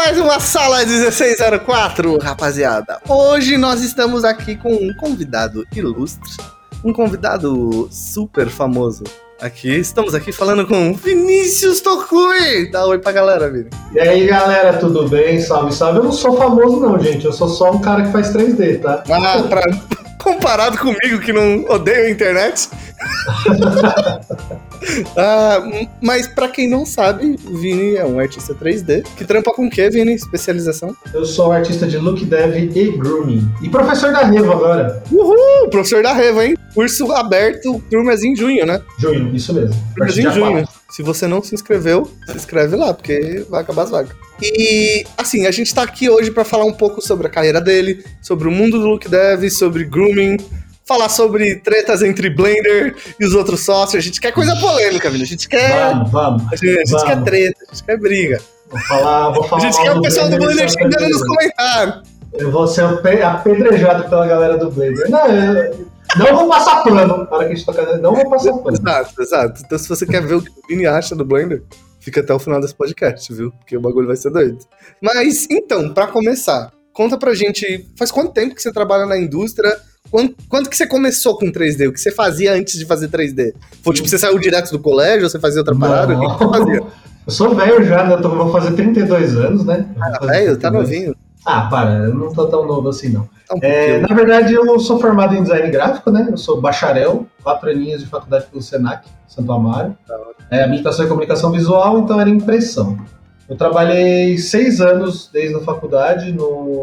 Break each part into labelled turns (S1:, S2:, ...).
S1: mais uma Sala 1604, rapaziada. Hoje nós estamos aqui com um convidado ilustre, um convidado super famoso. Estamos aqui falando com Vinícius Tokui. Dá oi pra galera, Vini.
S2: E aí, galera, tudo bem? Salve, salve. Eu não sou famoso não, gente. Eu sou só um cara que faz 3D, tá?
S1: Comparado comigo, que não odeio a internet. Mas pra quem não sabe, o Vini é um artista 3D. Que trampa com o que, Vini? Especialização?
S2: Eu sou artista de look dev e grooming. E professor da Revo agora.
S1: Uhul! Professor da Revo, hein? Curso aberto, turmas em junho, né?
S2: Junho, isso mesmo.
S1: Turmas em junho. Se você não se inscreveu, se inscreve lá, porque vai acabar as vagas. E, assim, a gente tá aqui hoje pra falar um pouco sobre a carreira dele, sobre o mundo do look dev, sobre grooming, falar sobre tretas entre Blender e os outros sócios. A gente quer coisa polêmica, Vini. A gente quer...
S2: Vamos.
S1: A gente quer treta, a gente quer briga.
S2: Vou falar
S1: a gente quer o pessoal do Blender xingando nos comentários.
S2: Eu vou ser apedrejado pela galera do Blender. Não vou passar pano. Na hora que a gente tocar, não vou passar pano.
S1: Exato. Então, se você quer ver o que o Vini acha do Blender, fica até o final desse podcast, viu? Porque o bagulho vai ser doido. Mas, então, pra começar, conta pra gente, faz quanto tempo que você trabalha na indústria? Quando que você começou com 3D? O que você fazia antes de fazer 3D? Foi tipo, você saiu direto do colégio ou você fazia outra parada?
S2: Não.
S1: O que você fazia?
S2: Eu sou velho já, né? Vou fazer 32 anos, né?
S1: Velho, tá novinho.
S2: Para, eu não tô tão novo assim, não.
S1: Na
S2: verdade, eu sou formado em design gráfico, né? Eu sou bacharel, 4 aninhos de faculdade pelo Senac, Santo Amaro. Habilitação em comunicação visual, então era impressão. Eu trabalhei 6 anos desde a faculdade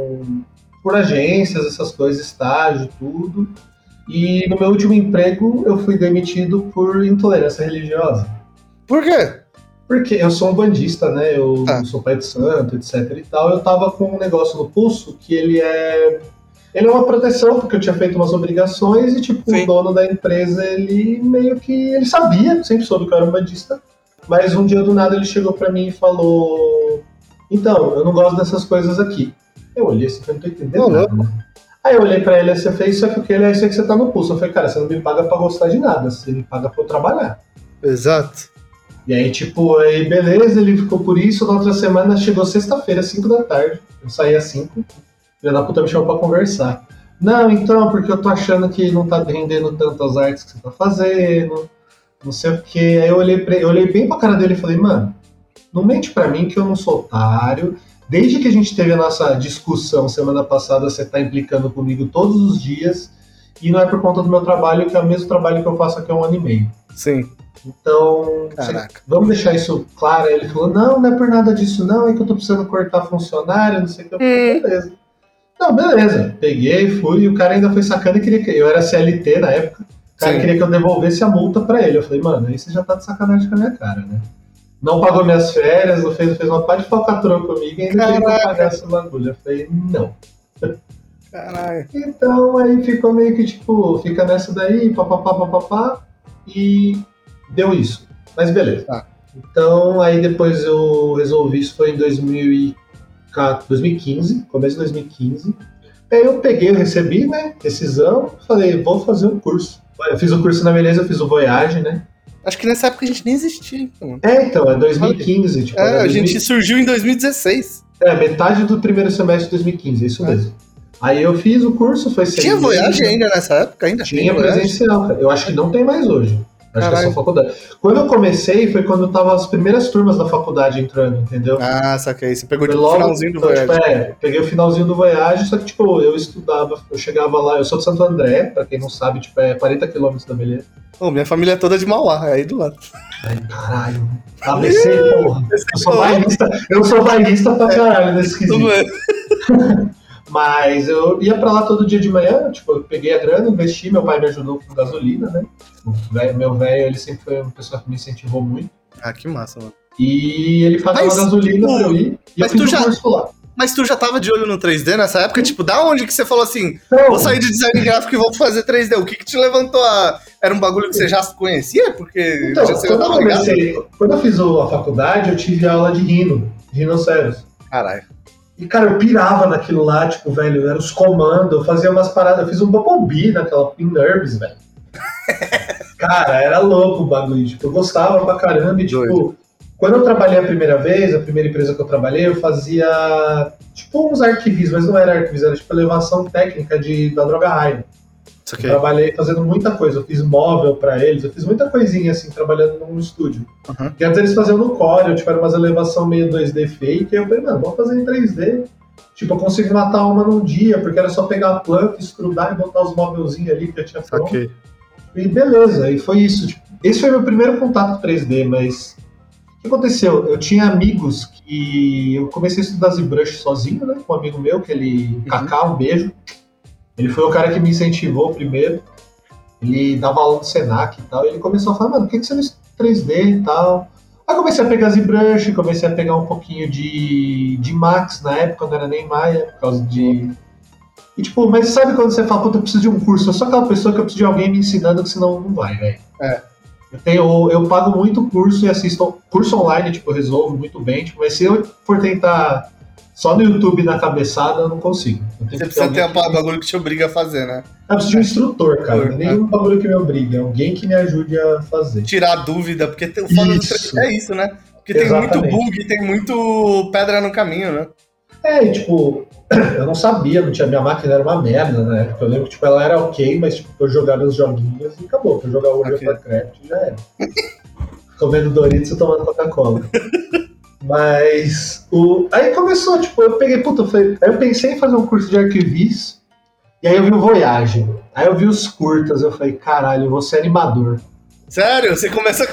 S2: por agências, essas coisas, estágio, tudo. E no meu último emprego, eu fui demitido por intolerância religiosa.
S1: Por quê?
S2: Porque eu sou um bandista, né? Eu sou pai de santo, etc e tal. Eu tava com um negócio no pulso que ele é uma proteção, porque eu tinha feito umas obrigações e, tipo, Sim. O dono da empresa, ele meio que... Ele sabia, sempre soube que eu era um bandista. Mas um dia, do nada, ele chegou pra mim e falou: então, eu não gosto dessas coisas aqui. Eu olhei assim, eu não tô entendendo nada, né? Aí eu olhei pra ele, você fez isso aqui, o que ele é isso aí que você tá no pulso. Eu falei, cara, você não me paga pra gostar de nada, você me paga pra eu trabalhar.
S1: Exato.
S2: E aí, tipo, aí beleza, ele ficou por isso. Na outra semana, chegou sexta-feira, 5 da tarde. Eu saí às 5. Filha da puta me chamou pra conversar. Não, então, porque eu tô achando que não tá rendendo tanto as artes que você tá fazendo, não sei o quê. Aí eu olhei bem pra cara dele e falei, mano, não mente pra mim que eu não sou otário. Desde que a gente teve a nossa discussão semana passada, você tá implicando comigo todos os dias. E não é por conta do meu trabalho, que é o mesmo trabalho que eu faço aqui há 1 ano e meio.
S1: Sim.
S2: Então, vamos deixar isso claro. Aí ele falou, não é por nada disso não, é que eu tô precisando cortar funcionário, não sei o que. Eu falei, beleza. Não, beleza. Peguei, fui, e o cara ainda foi sacando e queria que... Eu era CLT na época, o cara queria que eu devolvesse a multa pra ele. Eu falei, mano, aí você já tá de sacanagem com a minha cara, né? Não pagou minhas férias, não fez uma parte de falcatrua comigo e ainda queria que eu pagasse esse bagulho. Eu falei, não.
S1: Caralho.
S2: Então, aí ficou meio que, tipo, fica nessa daí, papapá, e deu isso. Mas beleza. Então, aí depois eu resolvi, isso foi em 2015, começo de 2015. Aí eu recebi, né, decisão, falei, vou fazer um curso. Eu fiz o curso na Beleza, eu fiz o Voyage, né.
S1: Acho que nessa época a gente nem existia. Então.
S2: Então, é 2015. Tipo,
S1: a gente surgiu em 2016.
S2: Metade do primeiro semestre de 2015, é isso mesmo. Aí eu fiz o curso, foi 6
S1: Tinha Voyage ainda nessa época?
S2: Tinha presencial, cara. Eu acho que não tem mais hoje. Acho que é só faculdade. Quando eu comecei, foi quando tava as primeiras turmas da faculdade entrando, entendeu?
S1: Saquei. Você pegou o finalzinho do Voyage.
S2: Tipo, peguei o finalzinho do Voyage, só que, tipo, eu estudava, eu chegava lá, eu sou de Santo André, pra quem não sabe, tipo, é 40 quilômetros da Beleza.
S1: Minha família é toda de Mauá, é aí do lado.
S2: Ai, caralho. ABC, porra. Eu sou bairrista pra caralho nesse quesito. Mas eu ia pra lá todo dia de manhã, tipo, eu peguei a grana, investi, meu pai me ajudou com gasolina, né? Meu velho, ele sempre foi uma pessoa que me incentivou muito.
S1: Que massa, mano.
S2: E ele pagava gasolina pra eu ir, e eu fiz o curso lá.
S1: Mas tu já tava de olho no 3D nessa época? Tipo, da onde que você falou assim, vou sair de design gráfico e vou fazer 3D? O que te levantou Era um bagulho que você já conhecia? Porque
S2: então,
S1: você já tava ligado?
S2: Quando eu fiz a faculdade, eu tive aula de rinoceros.
S1: Caralho.
S2: E, cara, eu pirava naquilo lá, tipo, velho, eram os comandos, eu fazia umas paradas, eu fiz um Bumblebee naquela em Nerves, velho. Cara, era louco o bagulho, tipo, eu gostava pra caramba e, tipo, Quando eu trabalhei a primeira vez, a primeira empresa que eu trabalhei, eu fazia tipo uns arquivis, mas não era arquivis, era tipo elevação técnica da droga raio.
S1: Isso
S2: Eu
S1: aqui.
S2: trabalhei fazendo muita coisa, eu fiz móvel pra eles, eu fiz muita coisinha assim, trabalhando num estúdio.
S1: Uhum.
S2: E antes eles faziam no Core, eu tiveram umas elevação meio 2D fake, e eu falei, mano, vamos fazer em 3D. Tipo, eu consegui matar uma num dia, porque era só pegar a planta, estrudar e botar os móvelzinhos ali que eu tinha pronto.
S1: Ok.
S2: E beleza, e foi isso. Tipo, esse foi meu primeiro contato com 3D, mas o que aconteceu? Eu tinha amigos que eu comecei a estudar ZBrush sozinho, né? Com um amigo meu, que ele. Kaká, um beijo. Ele foi o cara que me incentivou primeiro. Ele dava aula no Senac e tal. E ele começou a falar, mano, por que você não estuda 3D e tal? Aí comecei a pegar ZBrush, comecei a pegar um pouquinho de Max na época, não era nem Maya, por causa de. E tipo, mas sabe quando você fala, puta, eu preciso de um curso? Eu sou aquela pessoa que eu preciso de alguém me ensinando, que senão não vai, velho.
S1: É.
S2: Eu pago muito curso e assisto curso online, tipo, eu resolvo muito bem, tipo, mas se eu for tentar só no YouTube na cabeçada, eu não consigo.
S1: Você precisa ter um bagulho que te obriga a fazer, né?
S2: Eu preciso de um instrutor, cara. Não é nenhum bagulho que me obrigue, é alguém que me ajude a fazer.
S1: Tirar a dúvida, porque o foda do 3D é isso, né? Porque
S2: Exatamente.
S1: tem muito bug, tem muito pedra no caminho, né?
S2: É, e tipo, eu não sabia, não tinha, minha máquina era uma merda, né? Eu lembro que tipo, ela era ok, mas tipo, eu jogava meus joguinhos e acabou. Eu jogava World of Warcraft e já era. Comendo Doritos e tomando Coca-Cola. Mas aí começou, tipo, eu peguei, puta, aí eu pensei em fazer um curso de arquivis, e aí eu vi o Voyage, aí eu vi os curtas, eu falei, caralho, eu vou ser animador.
S1: Sério? Você começa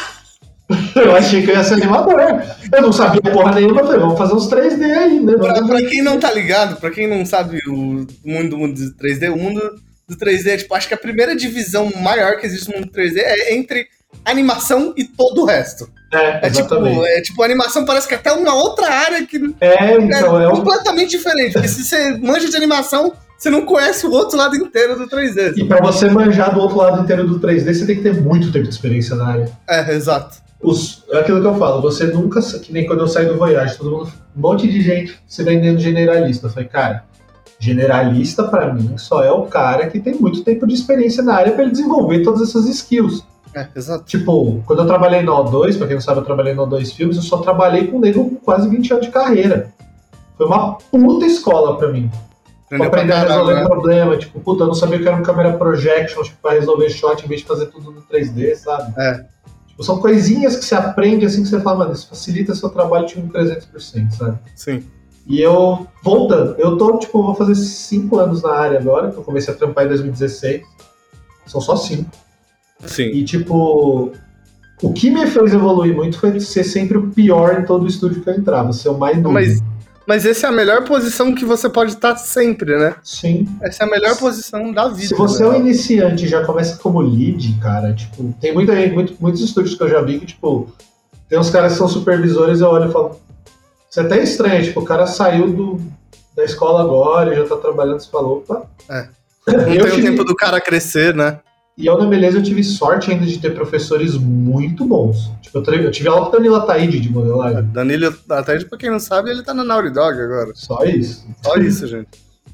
S2: Eu achei que eu ia ser animador. Eu não sabia porra nenhuma, eu falei, vamos fazer uns 3D aí, né?
S1: Pra quem não tá ligado, pra quem não sabe o mundo do 3D, o mundo do 3D é, tipo, acho que a primeira divisão maior que existe no mundo do 3D é entre animação e todo o resto. Tipo, a animação parece que é até uma outra área que
S2: então,
S1: é completamente diferente. Porque se você manja de animação, você não conhece o outro lado inteiro do 3D.
S2: E pra você manjar do outro lado inteiro do 3D, você tem que ter muito tempo de experiência na área.
S1: É, exato.
S2: É aquilo que eu falo, você nunca, que nem quando eu saí do Voyage, todo mundo, um monte de gente se vendendo generalista. Eu falei, cara, generalista pra mim só é o cara que tem muito tempo de experiência na área pra ele desenvolver todas essas skills.
S1: É, exato.
S2: Tipo, quando eu trabalhei na O2, pra quem não sabe, eu trabalhei na O2 Filmes, eu só trabalhei com um nego com quase 20 anos de carreira. Foi uma puta escola pra mim. Pra aprender a resolver problema, tipo, puta, eu não sabia que era um camera projection, tipo, pra resolver shot em vez de fazer tudo no 3D, sabe?
S1: É.
S2: Tipo, são coisinhas que você aprende assim que você fala, mano, isso facilita seu trabalho tipo 300%, sabe?
S1: Sim.
S2: E eu, voltando, eu tô, tipo, vou fazer 5 anos na área agora, que eu comecei a trampar em 2016. São só 5.
S1: Sim.
S2: E, tipo, o que me fez evoluir muito foi ser sempre o pior em todo o estúdio que eu entrava, ser o mais novo.
S1: Mas essa é a melhor posição que você pode estar sempre, né?
S2: Sim.
S1: Essa é a melhor posição da vida.
S2: Se você é um iniciante e já começa como lead, cara, tipo, tem muitos estúdios que eu já vi que, tipo, tem uns caras que são supervisores e eu olho e falo, isso é até estranho, tipo, o cara saiu da escola agora e já tá trabalhando, você falou, opa.
S1: É. Não tem o tempo do cara crescer, né?
S2: E eu, na beleza, eu tive sorte ainda de ter professores muito bons. Tipo, eu tive aula com Danilo Ataíde de modelagem.
S1: Danilo Ataíde, pra quem não sabe, ele tá na Naughty Dog agora.
S2: Só isso.
S1: Só isso, gente.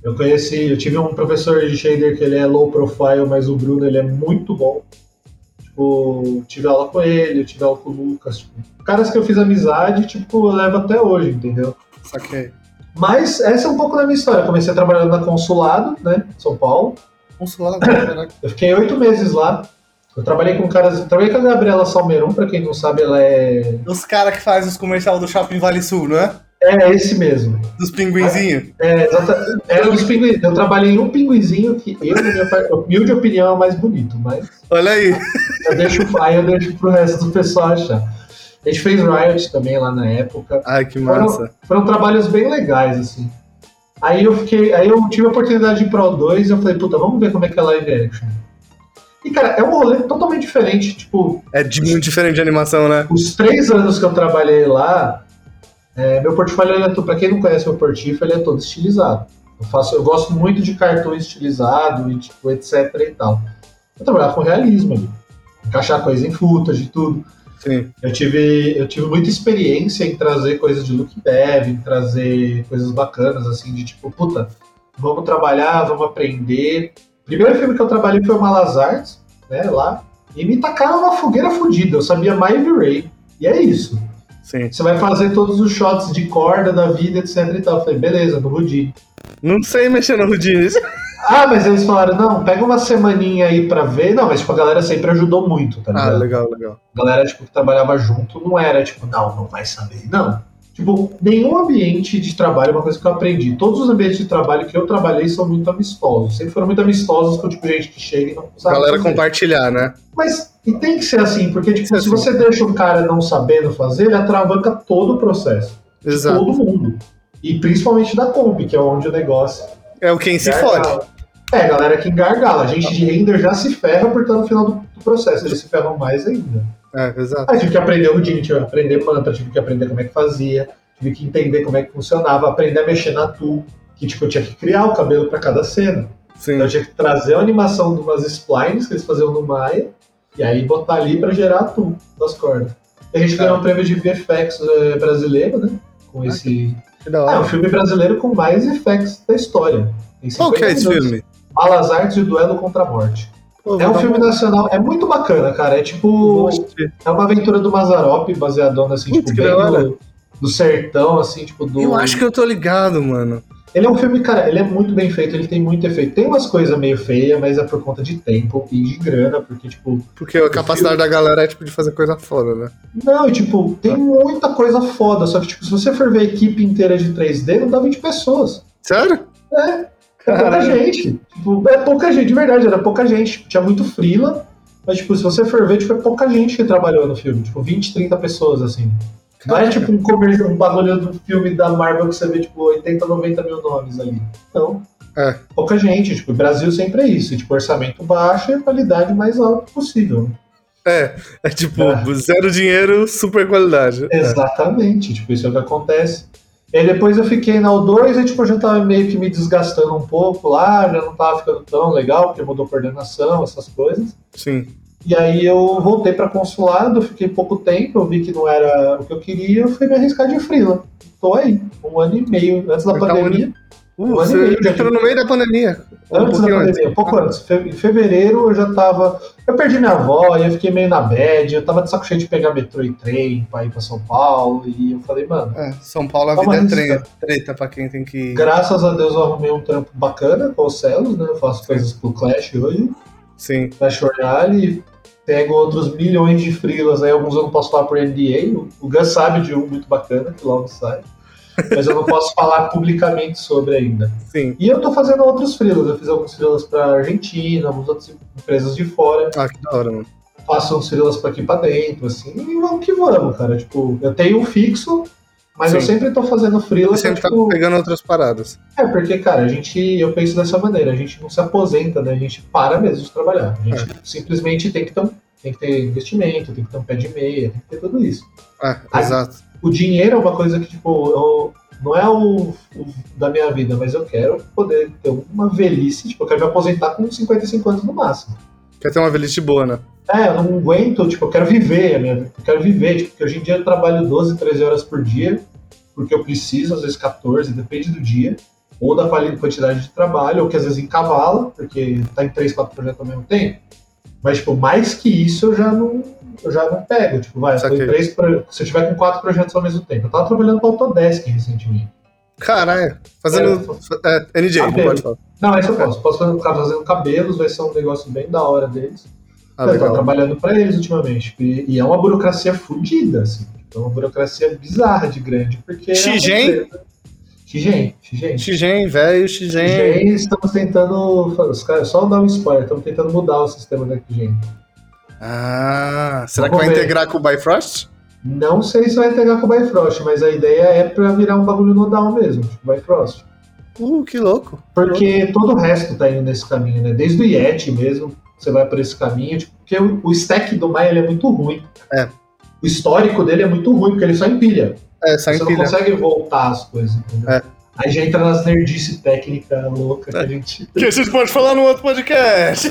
S2: Eu tive um professor de shader que ele é low profile, mas o Bruno, ele é muito bom. Tipo, tive aula com ele, eu tive aula com o Lucas. Tipo, caras que eu fiz amizade, tipo, eu levo até hoje, entendeu?
S1: Saquei.
S2: Mas essa é um pouco da minha história. Eu comecei trabalhando na Consulado, né, São Paulo.
S1: Consulado, caraca.
S2: Eu fiquei 8 meses lá. Eu trabalhei com trabalhei com a Gabriela Salmeron, pra quem não sabe, ela é...
S1: Os caras que fazem os comerciais do Shopping Vale Sul, não é?
S2: É, esse mesmo.
S1: Dos pinguinzinhos?
S2: Exatamente. Era dos pinguinzinhos. Eu trabalhei em um pinguinzinho que eu, na minha humilde opinião, é o mais bonito, mas...
S1: Olha aí.
S2: Eu deixo pro resto do pessoal achar. A gente fez Riot também lá na época.
S1: Ai, que massa.
S2: Foram trabalhos bem legais, assim. Aí eu tive a oportunidade de ir pro O2 e eu falei, puta, vamos ver como é que é live action. E, cara, é um rolê totalmente diferente, tipo...
S1: É muito diferente de animação, né?
S2: Os 3 anos que eu trabalhei lá, meu portfólio, pra quem não conhece meu portfólio, ele é todo estilizado. Eu gosto muito de cartão estilizado e, tipo, etc e tal. Eu trabalhava com realismo ali. Encaixar coisa em footage e tudo.
S1: Sim.
S2: Eu tive muita experiência em trazer coisas de look dev, em trazer coisas bacanas, assim, de tipo, puta, vamos trabalhar, vamos aprender. O primeiro filme que eu trabalhei foi o Malas né, lá, e me tacaram uma fogueira fodida. Eu sabia Maeve Ray, e é isso.
S1: Sim.
S2: Você vai fazer todos os shots de corda da vida, etc e tal. Eu falei, beleza, no Houdini.
S1: Não sei mexer no Houdini.
S2: Ah, mas eles falaram, não, pega uma semaninha aí pra ver. Não, mas tipo, a galera sempre ajudou muito, tá ligado?
S1: Legal.
S2: A galera, tipo, que trabalhava junto não era, tipo, não vai saber. Não. Tipo, nenhum ambiente de trabalho é uma coisa que eu aprendi. Todos os ambientes de trabalho que eu trabalhei são muito amistosos. Sempre foram muito amistosos com, tipo, gente que chega e não sabe
S1: galera
S2: fazer.
S1: Compartilhar, né?
S2: Mas, e tem que ser assim, porque, tipo, se você deixa um cara não sabendo fazer, ele atravanca todo o processo.
S1: Exato.
S2: De todo mundo. E principalmente da comp, que é onde o negócio...
S1: É o quem se fode.
S2: É, a galera que engargala. A gente de render já se ferra por estar no final do processo. Eles se ferram mais ainda.
S1: Exato.
S2: Aí tive que aprender o Houdini, tive que aprender mantra, tive que aprender como é que fazia, tive que entender como é que funcionava, aprender a mexer na tool, que tipo, eu tinha que criar o cabelo para cada cena.
S1: Sim.
S2: Então eu tinha que trazer a animação de umas splines que eles faziam no Maya, e aí botar ali para gerar a tool das cordas. E a gente ganhou um prêmio de VFX brasileiro, né? Com esse...
S1: Que da hora.
S2: É um filme brasileiro com mais effects da história.
S1: Qual que é esse filme?
S2: Balas Artes e o Duelo contra a Morte. É um filme nacional, é muito bacana, cara. É tipo. É uma aventura do Mazzaropi, baseadona, assim, tipo, bem do sertão, assim, tipo, do.
S1: Eu acho que eu tô ligado, mano.
S2: Ele é um filme, cara, ele é muito bem feito, ele tem muito efeito. Tem umas coisas meio feias, mas é por conta de tempo e de grana, porque, tipo.
S1: Porque a capacidade da galera é, tipo, de fazer coisa foda, né?
S2: Não, e, tipo, tem muita coisa foda, só que, tipo, se você for ver a equipe inteira de 3D, não dá 20 pessoas.
S1: Sério?
S2: É pouca gente. Tipo, é pouca gente, de verdade, era pouca gente. Tipo, tinha muito freela, mas, tipo, se você for ver, tipo, é pouca gente que trabalhou no filme. Tipo, 20, 30 pessoas, assim. Não é tipo um bagulho do filme da Marvel que você vê, tipo, 80, 90 mil nomes ali. Então, pouca gente. Tipo, o Brasil sempre é isso. Tipo, orçamento baixo e a qualidade mais alta possível.
S1: É tipo, zero dinheiro, super qualidade.
S2: Exatamente. Tipo, isso é o que acontece. E aí depois eu fiquei na O2 e tipo, eu já tava meio que me desgastando um pouco lá, já não tava ficando tão legal, porque mudou coordenação, essas coisas.
S1: Sim.
S2: E aí eu voltei para consulado, fiquei pouco tempo, eu vi que não era o que eu queria, eu fui me arriscar de freela. Tô aí, 1 ano e meio antes da pandemia.
S1: Você entrou no meio da pandemia.
S2: Antes da pandemia, pouco antes. Em fevereiro eu já tava... Eu perdi minha avó, e eu fiquei meio na bad, eu tava de saco cheio de pegar metrô e trem pra ir pra São Paulo, e eu falei, mano...
S1: São Paulo a vida é treta pra quem tem que...
S2: Graças a Deus eu arrumei um trampo bacana com os Celos, né? Eu faço coisas pro Clash hoje.
S1: Sim.
S2: Clash Royale, pego outros milhões de freelas, aí alguns eu não posso falar por NDA, o Gus sabe de um muito bacana, que logo sai. Mas eu não posso falar publicamente sobre ainda.
S1: Sim.
S2: E eu tô fazendo outros freelas. Eu fiz alguns freelas pra Argentina, algumas outras empresas de fora.
S1: Que da hora, mano.
S2: Faço uns freelas pra aqui pra dentro, assim, e vamos que vamos, cara. Tipo, eu tenho um fixo, mas eu sempre tô fazendo freela.
S1: Você sempre
S2: tipo,
S1: tá pegando outras paradas.
S2: Porque, cara, eu penso dessa maneira, a gente não se aposenta, né? A gente para mesmo de trabalhar. A gente simplesmente tem que ter investimento, tem que ter um pé de meia, tem que ter tudo isso.
S1: Exato.
S2: O dinheiro é uma coisa que, tipo, não é o da minha vida, mas eu quero poder ter uma velhice, tipo, eu quero me aposentar com 55 anos no máximo.
S1: Quer ter uma velhice boa, né?
S2: Eu não aguento, tipo, eu quero viver a minha vida. Eu quero viver, tipo, porque hoje em dia eu trabalho 12, 13 horas por dia, porque eu preciso, às vezes 14, depende do dia, ou da quantidade de trabalho, ou que às vezes encavala, porque tá em 3, 4 projetos ao mesmo tempo. Mas, tipo, mais que isso eu já não pego. Tipo, se eu tiver com 4 projetos ao mesmo tempo. Eu tava trabalhando pra Autodesk recentemente.
S1: Caralho, fazendo NJ, não pode falar.
S2: Não, isso eu posso. Posso ficar fazendo cabelos, vai ser um negócio bem da hora deles. Eu tô trabalhando pra eles ultimamente. E é uma burocracia fodida, assim. É uma burocracia bizarra de grande. Porque
S1: Xigem, velho, Xigem.
S2: Estamos tentando. Os caras, só dar um spoiler, estamos tentando mudar o sistema da Xigem.
S1: Será que vai integrar com o Bifrost?
S2: Não sei se vai integrar com o Bifrost, mas a ideia é pra virar um bagulho nodal mesmo, tipo Bifrost.
S1: Que louco.
S2: Porque todo o resto tá indo nesse caminho, né? Desde o Yeti mesmo, você vai por esse caminho, tipo, porque o stack do Maya ele é muito ruim. O histórico dele é muito ruim, porque ele só empilha.
S1: Só
S2: você
S1: empilha.
S2: não consegue voltar as coisas, entendeu? Aí já entra nas nerdice técnica louca que a gente...
S1: Que a gente pode falar no outro podcast.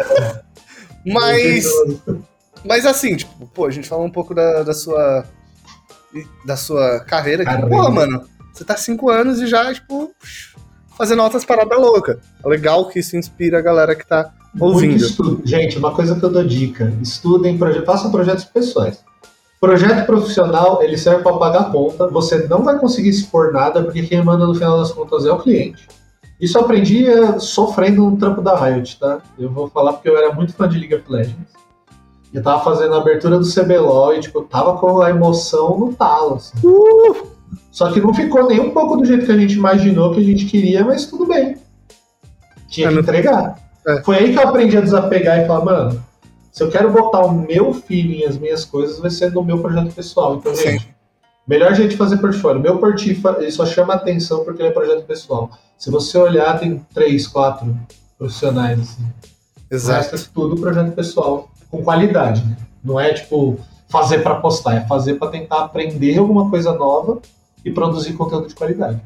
S1: Mas assim, tipo, pô, a gente falou um pouco da sua carreira aqui. Pô, mano, você tá 5 anos e já, tipo, fazendo outras paradas loucas. É legal que isso inspira a galera que tá ouvindo.
S2: Gente, uma coisa que eu dou dica, estudem, façam projetos pessoais. Projeto profissional, ele serve para pagar a conta. Você não vai conseguir expor nada, porque quem manda no final das contas é o cliente. Isso eu aprendi sofrendo no trampo da Riot, tá? Eu vou falar porque eu era muito fã de League of Legends. Eu tava fazendo a abertura do CBLOL e, tipo, eu tava com a emoção no talo, assim. Só que não ficou nem um pouco do jeito que a gente imaginou, que a gente queria, mas tudo bem. Tinha que entregar. Foi aí que eu aprendi a desapegar e falar, mano, se eu quero botar o meu feeling, as minhas coisas, vai ser no meu projeto pessoal. Então, gente, melhor jeito de fazer portfólio. Meu portfólio, ele só chama atenção porque ele é projeto pessoal. Se você olhar, tem 3, 4 profissionais, assim.
S1: Exato.
S2: O resto é tudo projeto pessoal, com qualidade, né? Não é, tipo, fazer para postar, é fazer para tentar aprender alguma coisa nova e produzir conteúdo de qualidade.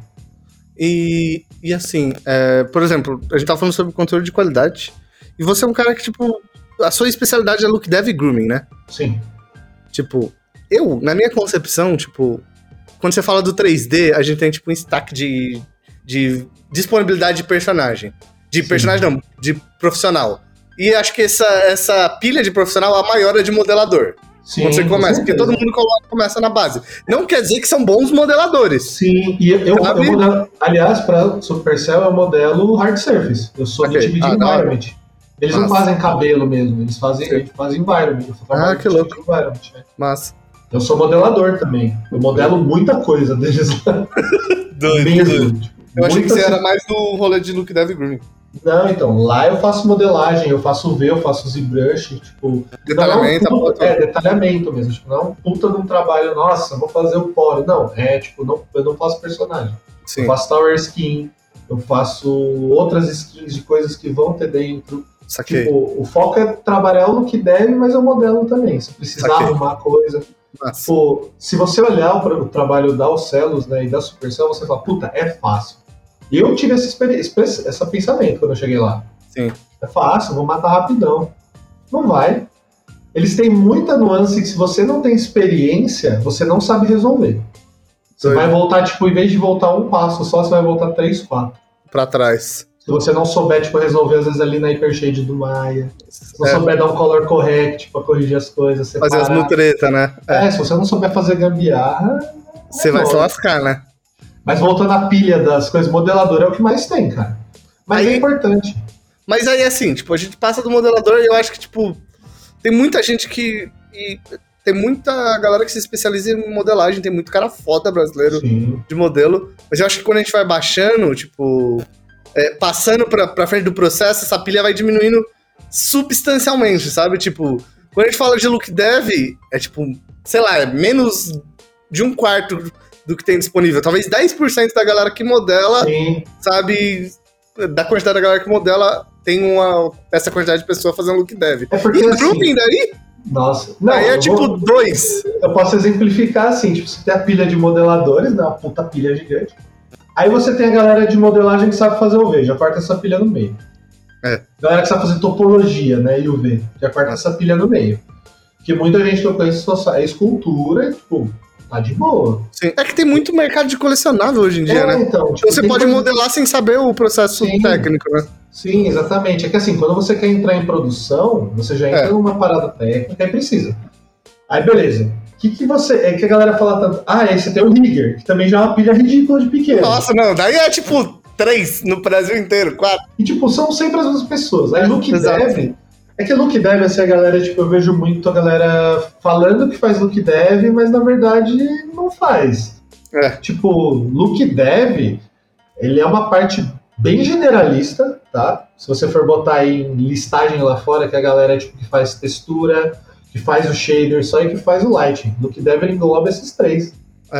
S1: E assim, por exemplo, a gente tava falando sobre conteúdo de qualidade, e você é um cara que, tipo, a sua especialidade é look dev e grooming, né?
S2: Sim.
S1: Tipo, na minha concepção, tipo, quando você fala do 3D, a gente tem, tipo, um stack de disponibilidade de personagem. De personagem não, de profissional. E acho que essa pilha de profissional, a maior é de modelador. Sim, quando você começa, porque todo mundo começa na base. Não quer dizer que são bons modeladores.
S2: Sim, e eu modelo, aliás, para Supercell eu modelo hard surface. Eu sou do time de environment. Eles não fazem cabelo mesmo, eles fazem environment.
S1: Que louco.
S2: Environment, né?
S1: Massa.
S2: Eu sou modelador também. Eu modelo muita coisa deles lá.
S1: Doido. Tipo, eu achei que você era mais do rolê de look dev grooming.
S2: Não, então, lá eu faço modelagem, eu faço UV, eu faço ZBrush, tipo...
S1: Detalhamento.
S2: Detalhamento mesmo, tipo, não é um puta de um trabalho, nossa, vou fazer o poro. Não, eu não faço personagem. Sim. Eu faço tower skin, eu faço outras skins de coisas que vão ter dentro.
S1: Saquei.
S2: Tipo, o foco é trabalhar o que deve, mas eu modelo também, se precisar arrumar coisa. Tipo, se você olhar o trabalho da Ocelos, né, e da Supercell, você fala, puta, é fácil. Eu tive esse pensamento quando eu cheguei lá.
S1: Sim.
S2: É fácil, vou matar rapidão. Não vai. Eles têm muita nuance que se você não tem experiência, você não sabe resolver. Você vai voltar, tipo, em vez de voltar um passo só, você vai voltar 3, 4.
S1: Pra trás.
S2: Se você não souber, tipo, resolver, às vezes, ali na Hypershade do Maya. Se não souber dar um color correct pra corrigir as coisas, separar.
S1: Fazer as mutretas, né?
S2: Se você não souber fazer gambiarra...
S1: Você vai se lascar, né?
S2: Mas voltando à pilha das coisas, modelador é o que mais tem, cara. Mas aí, é importante.
S1: Mas aí, assim, tipo, a gente passa do modelador e eu acho que, tipo, tem muita gente que... tem muita galera que se especializa em modelagem, tem muito cara foda brasileiro de modelo. Mas eu acho que quando a gente vai baixando, tipo... passando pra frente do processo, essa pilha vai diminuindo substancialmente, sabe? Tipo, quando a gente fala de look dev, é tipo, sei lá, é menos de um quarto do que tem disponível. Talvez 10% da galera que modela, sabe, da quantidade da galera que modela, tem essa quantidade de pessoas fazendo look dev.
S2: É porque,
S1: e o grouping daí?
S2: Nossa. Não,
S1: aí é tipo 2.
S2: Eu posso exemplificar assim, tipo, você tem a pilha de modeladores, né, uma puta pilha gigante. Aí você tem a galera de modelagem que sabe fazer UV, já corta essa pilha no meio. Galera que sabe fazer topologia, né, e UV, já corta essa pilha no meio. Porque muita gente que eu conheço só é escultura e, tipo, tá de boa.
S1: Sim. É que tem muito mercado de colecionável hoje em dia, né?
S2: Então, tipo,
S1: você pode modelar sem saber o processo técnico, né?
S2: Sim, exatamente. É que assim, quando você quer entrar em produção, você já entra numa parada técnica e precisa. Aí, beleza. Que você... É que a galera fala tanto... aí você tem o Rigger, que também já é uma pilha ridícula de pequeno.
S1: Nossa, não. Daí é tipo 3 no Brasil inteiro, 4.
S2: E tipo, são sempre as mesmas pessoas. Aí look dev... É que look dev, assim, a galera, tipo, eu vejo muito a galera falando que faz look dev, mas na verdade não faz. Tipo, look dev, ele é uma parte bem generalista, tá? Se você for botar em listagem lá fora, que a galera, tipo, que faz textura, que faz o shader só e que faz o lighting. Look dev, ele engloba esses 3.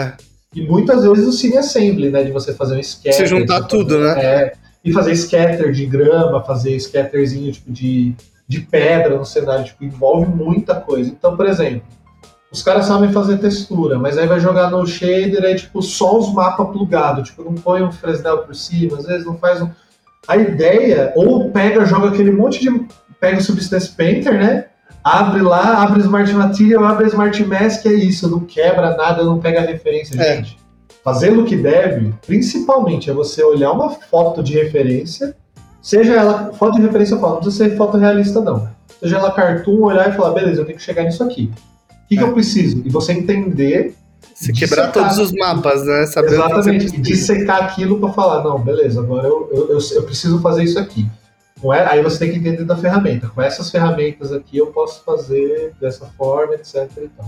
S2: E muitas vezes o cine assembly, né? De você fazer um scatter.
S1: Você juntar tudo, né?
S2: E fazer scatter de grama, fazer scatterzinho, tipo, de pedra no cenário, tipo, envolve muita coisa. Então, por exemplo, os caras sabem fazer textura, mas aí vai jogar no shader, aí, tipo, só os mapas plugados, tipo, não põe um Fresnel por cima, às vezes não faz um... A ideia, ou joga aquele monte de... Pega o Substance Painter, né? Abre lá, abre Smart Material, abre Smart Mask, é isso, não quebra nada, não pega referência, gente. Fazer look dev, principalmente, é você olhar uma foto de referência, seja ela, foto de referência eu falo, não precisa ser foto realista não. Seja ela cartoon, olhar e falar, beleza, eu tenho que chegar nisso aqui. O que eu preciso? E você entender...
S1: Você quebrar todos os mapas, né? Saber
S2: exatamente, e dissecar aquilo para falar, não, beleza, agora eu preciso fazer isso aqui. Aí você tem que entender da ferramenta. Com essas ferramentas aqui eu posso fazer dessa forma, etc e tal.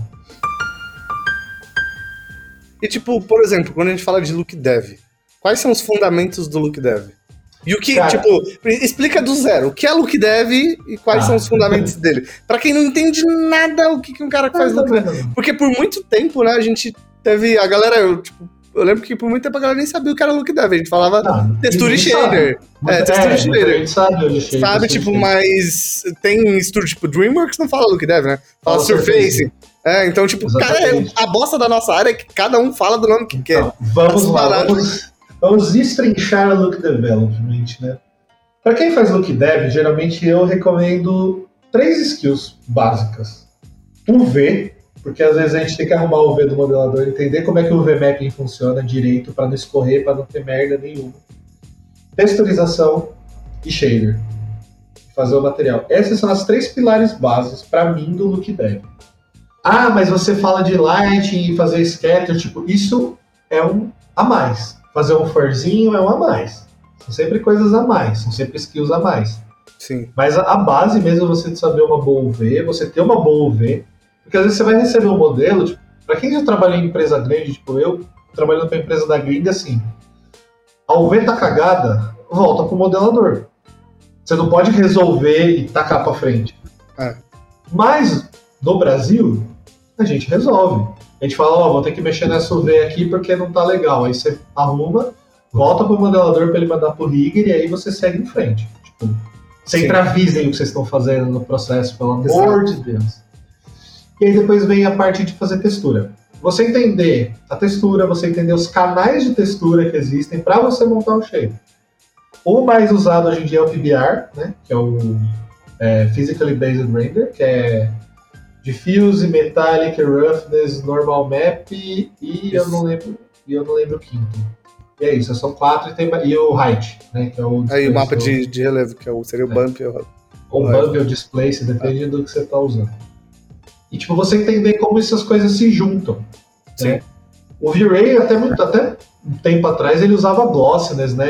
S1: E tipo, por exemplo, quando a gente fala de look dev, quais são os fundamentos do look dev? E o que, explica do zero, o que é look dev e quais são os fundamentos dele. Pra quem não entende nada o que um cara que faz look dev. Porque por muito tempo, né, a gente teve, a galera, eu lembro que por muito tempo a galera nem sabia o que era look dev, a gente falava textura e shader. Textura e shader. A gente sabe, tipo, mas tem estúdio, tipo, DreamWorks não fala look dev, né? Fala Surface. Então, tipo, cara, a bosta da nossa área é que cada um fala do nome que quer.
S2: Vamos lá, vamos destrinchar look development, né? Para quem faz look dev, geralmente eu recomendo 3 skills básicas. Um V, porque às vezes a gente tem que arrumar o V do modelador, entender como é que o V-mapping funciona direito para não escorrer, para não ter merda nenhuma. Texturização e shader. Fazer o material. Essas são as 3 pilares básicos para mim do look dev. Ah, mas você fala de lighting e fazer scatter, tipo, isso é um a mais. Fazer um furzinho é um a mais. São sempre coisas a mais, são sempre skills a mais.
S1: Sim.
S2: Mas a base mesmo é você saber uma boa UV, você ter uma boa UV, porque às vezes você vai receber um modelo, tipo, pra quem já trabalhou em empresa grande, tipo eu, trabalhando pra empresa da gringa, assim, a UV tá cagada, volta pro modelador. Você não pode resolver e tacar pra frente. Mas, no Brasil, a gente resolve. A gente fala, vou ter que mexer nessa UV aqui porque não tá legal. Aí você arruma, volta pro modelador para ele mandar pro rigger e aí você segue em frente. Tipo, sempre avisem o que vocês estão fazendo no processo, pelo amor de Deus. E aí depois vem a parte de fazer textura. Você entender a textura, você entender os canais de textura que existem para você montar o shape. O mais usado hoje em dia é o PBR, né? Que é o Physically Based Render, que é Diffuse, Metallic, Roughness, Normal Map e eu não lembro o quinto. E é isso, são 4 e o Height, né? Que é o
S1: aí o mapa de relevo, que seria o Bump.
S2: O Bump ou Displace, depende do que você está usando. E tipo, você entender como essas coisas se juntam. Né? O V-Ray, até um tempo atrás, ele usava Glossiness, né?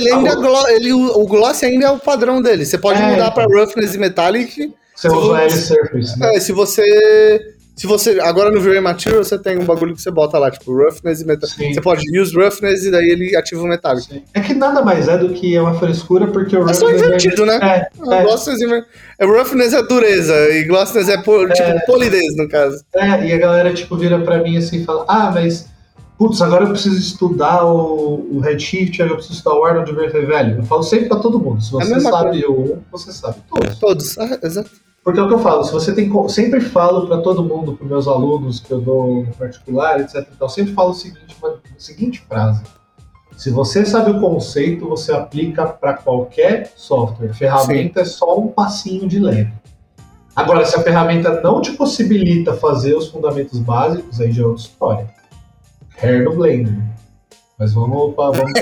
S1: O Gloss ainda é o padrão dele. Você pode mudar para Roughness e Metallic.
S2: Você usa o L-Surface, né?
S1: Se você... Agora no V-Ray Material você tem um bagulho que você bota lá, tipo Roughness e Metallic. Você pode use Roughness e daí ele ativa o Metallic.
S2: Sim. É que nada mais é do que uma frescura, porque o Roughness...
S1: É só invertido, né? Roughness é dureza e Glossiness é polidez, no caso.
S2: E a galera tipo vira pra mim assim e fala, mas... Putz, agora eu preciso estudar o Redshift, eu preciso estudar o Arnold velho. Eu falo sempre pra todo mundo. Se você sabe você sabe todos.
S1: Todos, exato.
S2: Porque é o que eu falo, se você tem... Sempre falo pra todo mundo, pros meus alunos que eu dou no particular, etc. Eu sempre falo a seguinte frase. Se você sabe o conceito, você aplica pra qualquer software. Ferramenta é só um passinho de leve. Agora, se a ferramenta não te possibilita fazer os fundamentos básicos, aí já é outra história. Hair no Blender. Mas vamos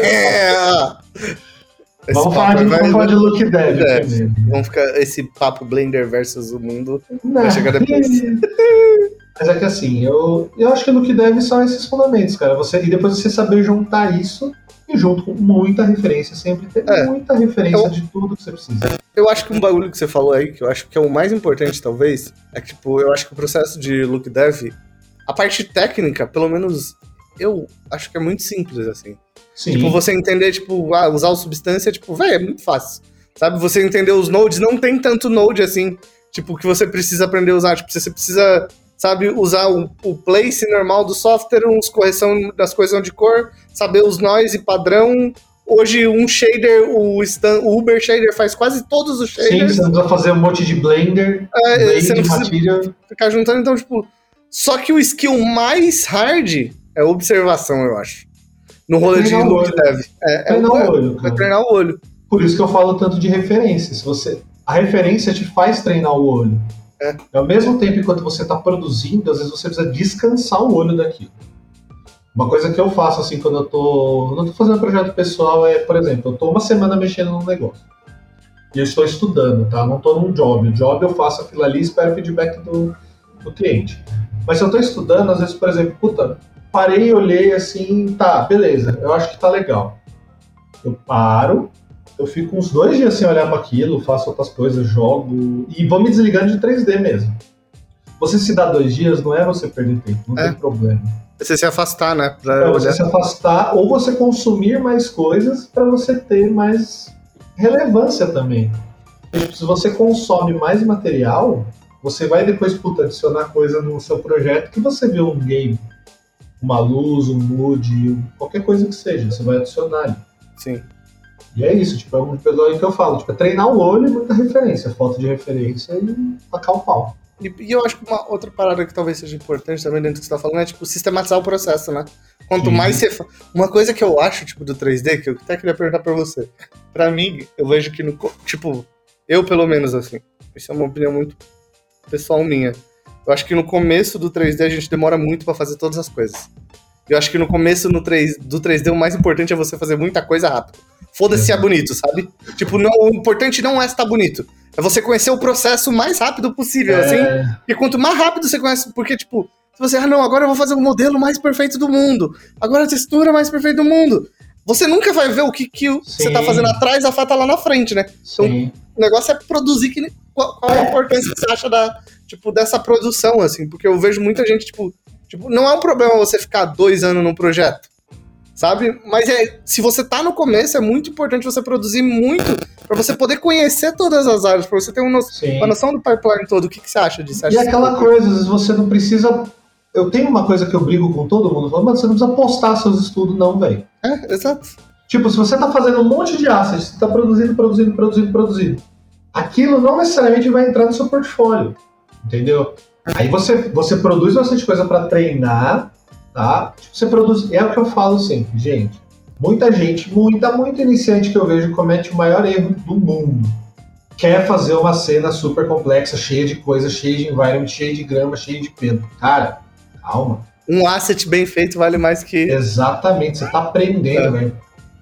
S2: falar de look dev.
S1: Vamos ficar esse papo Blender versus o mundo. Vai chegar depois.
S2: Mas é que assim, eu acho que look dev são esses fundamentos, cara. E depois você saber juntar isso e junto com muita referência, sempre ter muita referência de tudo que você precisa.
S1: Eu acho que um bagulho que você falou aí, que eu acho que é o mais importante, talvez, é que, tipo, eu acho que o processo de look dev, a parte técnica, pelo menos, eu acho que é muito simples, assim.
S2: Sim.
S1: Tipo, você entender, tipo, usar o substância, tipo, é muito fácil. Sabe? Você entender os nodes, não tem tanto node, assim, tipo, que você precisa aprender a usar. Tipo, você precisa, sabe, usar o place normal do software, uns correção das correções de cor, saber os noise padrão. Hoje, um shader, o Uber Shader faz quase todos os shaders.
S2: Sim, você não precisa fazer um monte de Blender,
S1: você não precisa ficar juntando. Então, tipo, só que o skill mais hard é observação, eu acho. No rolê de look dev.
S2: Vai
S1: treinar o olho.
S2: Por isso que eu falo tanto de referência. A referência te faz treinar o olho. Ao mesmo tempo, enquanto você está produzindo, às vezes você precisa descansar o olho daquilo. Uma coisa que eu faço, assim, quando eu tô fazendo um projeto pessoal é, por exemplo, eu tô uma semana mexendo num negócio. E eu estou estudando, tá? Não tô num job. O job eu faço aquilo ali e espero o feedback do cliente. Mas se eu tô estudando, às vezes, por exemplo, puta, parei, olhei assim, tá, beleza, eu acho que tá legal. Eu paro, eu fico uns 2 dias sem olhar para aquilo, faço outras coisas, jogo e vou me desligando de 3D mesmo. Você se dá 2 dias, não é você perder tempo, não tem problema.
S1: Você se afastar, né?
S2: Pra você se afastar ou você consumir mais coisas para você ter mais relevância também. Se você consome mais material, você vai depois adicionar coisa no seu projeto que você viu um game, uma luz, um mood, qualquer coisa que seja, você vai adicionar ali.
S1: Sim.
S2: E é isso, tipo, é um episódio que eu falo, tipo, é treinar o olho e muita referência, foto de referência e tacar o pau.
S1: E eu acho que uma outra parada que talvez seja importante também dentro do que você tá falando é, tipo, sistematizar o processo, né? Quanto mais você... Uma coisa que eu acho, tipo, do 3D, que eu até queria perguntar pra você. Pra mim, eu vejo que no... Tipo, eu pelo menos, assim, isso é uma opinião muito pessoal minha. Eu acho que no começo do 3D a gente demora muito pra fazer todas as coisas. Eu acho que no começo do 3D o mais importante é você fazer muita coisa rápido. Foda-se se é bonito, sabe? Tipo, não, o importante não é estar bonito. É você conhecer o processo o mais rápido possível, assim. E quanto mais rápido você conhece... Porque, tipo, se você... não, agora eu vou fazer o modelo mais perfeito do mundo. Agora a textura mais perfeita do mundo. Você nunca vai ver o que você tá fazendo atrás, a tá lá na frente, né? Então, o negócio é produzir. Qual é a importância que você acha dessa produção, assim? Porque eu vejo muita gente, tipo, não é um problema você ficar 2 anos num projeto, sabe? Mas se você tá no começo, é muito importante você produzir muito pra você poder conhecer todas as áreas, pra você ter uma noção do pipeline todo. O que você acha disso?
S2: E aquela coisa, às vezes você não precisa... Eu tenho uma coisa que eu brigo com todo mundo, falando, mas você não precisa postar seus estudos não, velho.
S1: Exato.
S2: Tipo, se você tá fazendo um monte de assets, você tá produzindo, aquilo não necessariamente vai entrar no seu portfólio, entendeu? Aí você produz bastante coisa pra treinar, tá? Tipo, você produz... É o que eu falo sempre, gente. Muita iniciante que eu vejo comete o maior erro do mundo. Quer fazer uma cena super complexa, cheia de coisas, cheia de environment, cheia de grama, cheia de pelo. Cara, calma.
S1: Um asset bem feito vale mais que...
S2: Exatamente, você tá aprendendo, velho.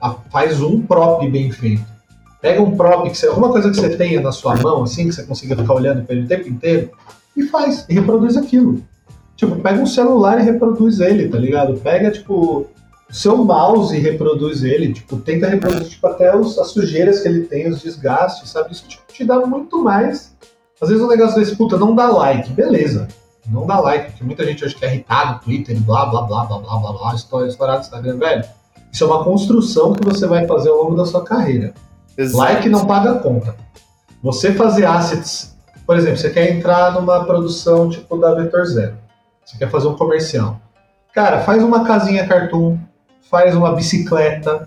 S2: Faz um prop bem feito. Pega um prop, alguma coisa que você tenha na sua mão, assim, que você consiga ficar olhando para ele o tempo inteiro, e faz, e reproduz aquilo. Tipo, pega um celular e reproduz ele, tá ligado? Pega, tipo, o seu mouse e reproduz ele. Tipo, tenta reproduzir, tipo, até as sujeiras que ele tem, os desgastes, sabe? Isso, tipo, te dá muito mais. Às vezes um negócio desse, puta, não dá like. Beleza, não dá like, porque muita gente hoje quer irritar no Twitter e blá, blá, blá, blá, blá, blá, blá, estourar no Instagram, velho. Isso é uma construção que você vai fazer ao longo da sua carreira. Exato. Like não paga a conta. Você fazer assets, por exemplo, você quer entrar numa produção tipo da Vetor Zero. Você quer fazer um comercial. Cara, faz uma casinha cartoon, faz uma bicicleta,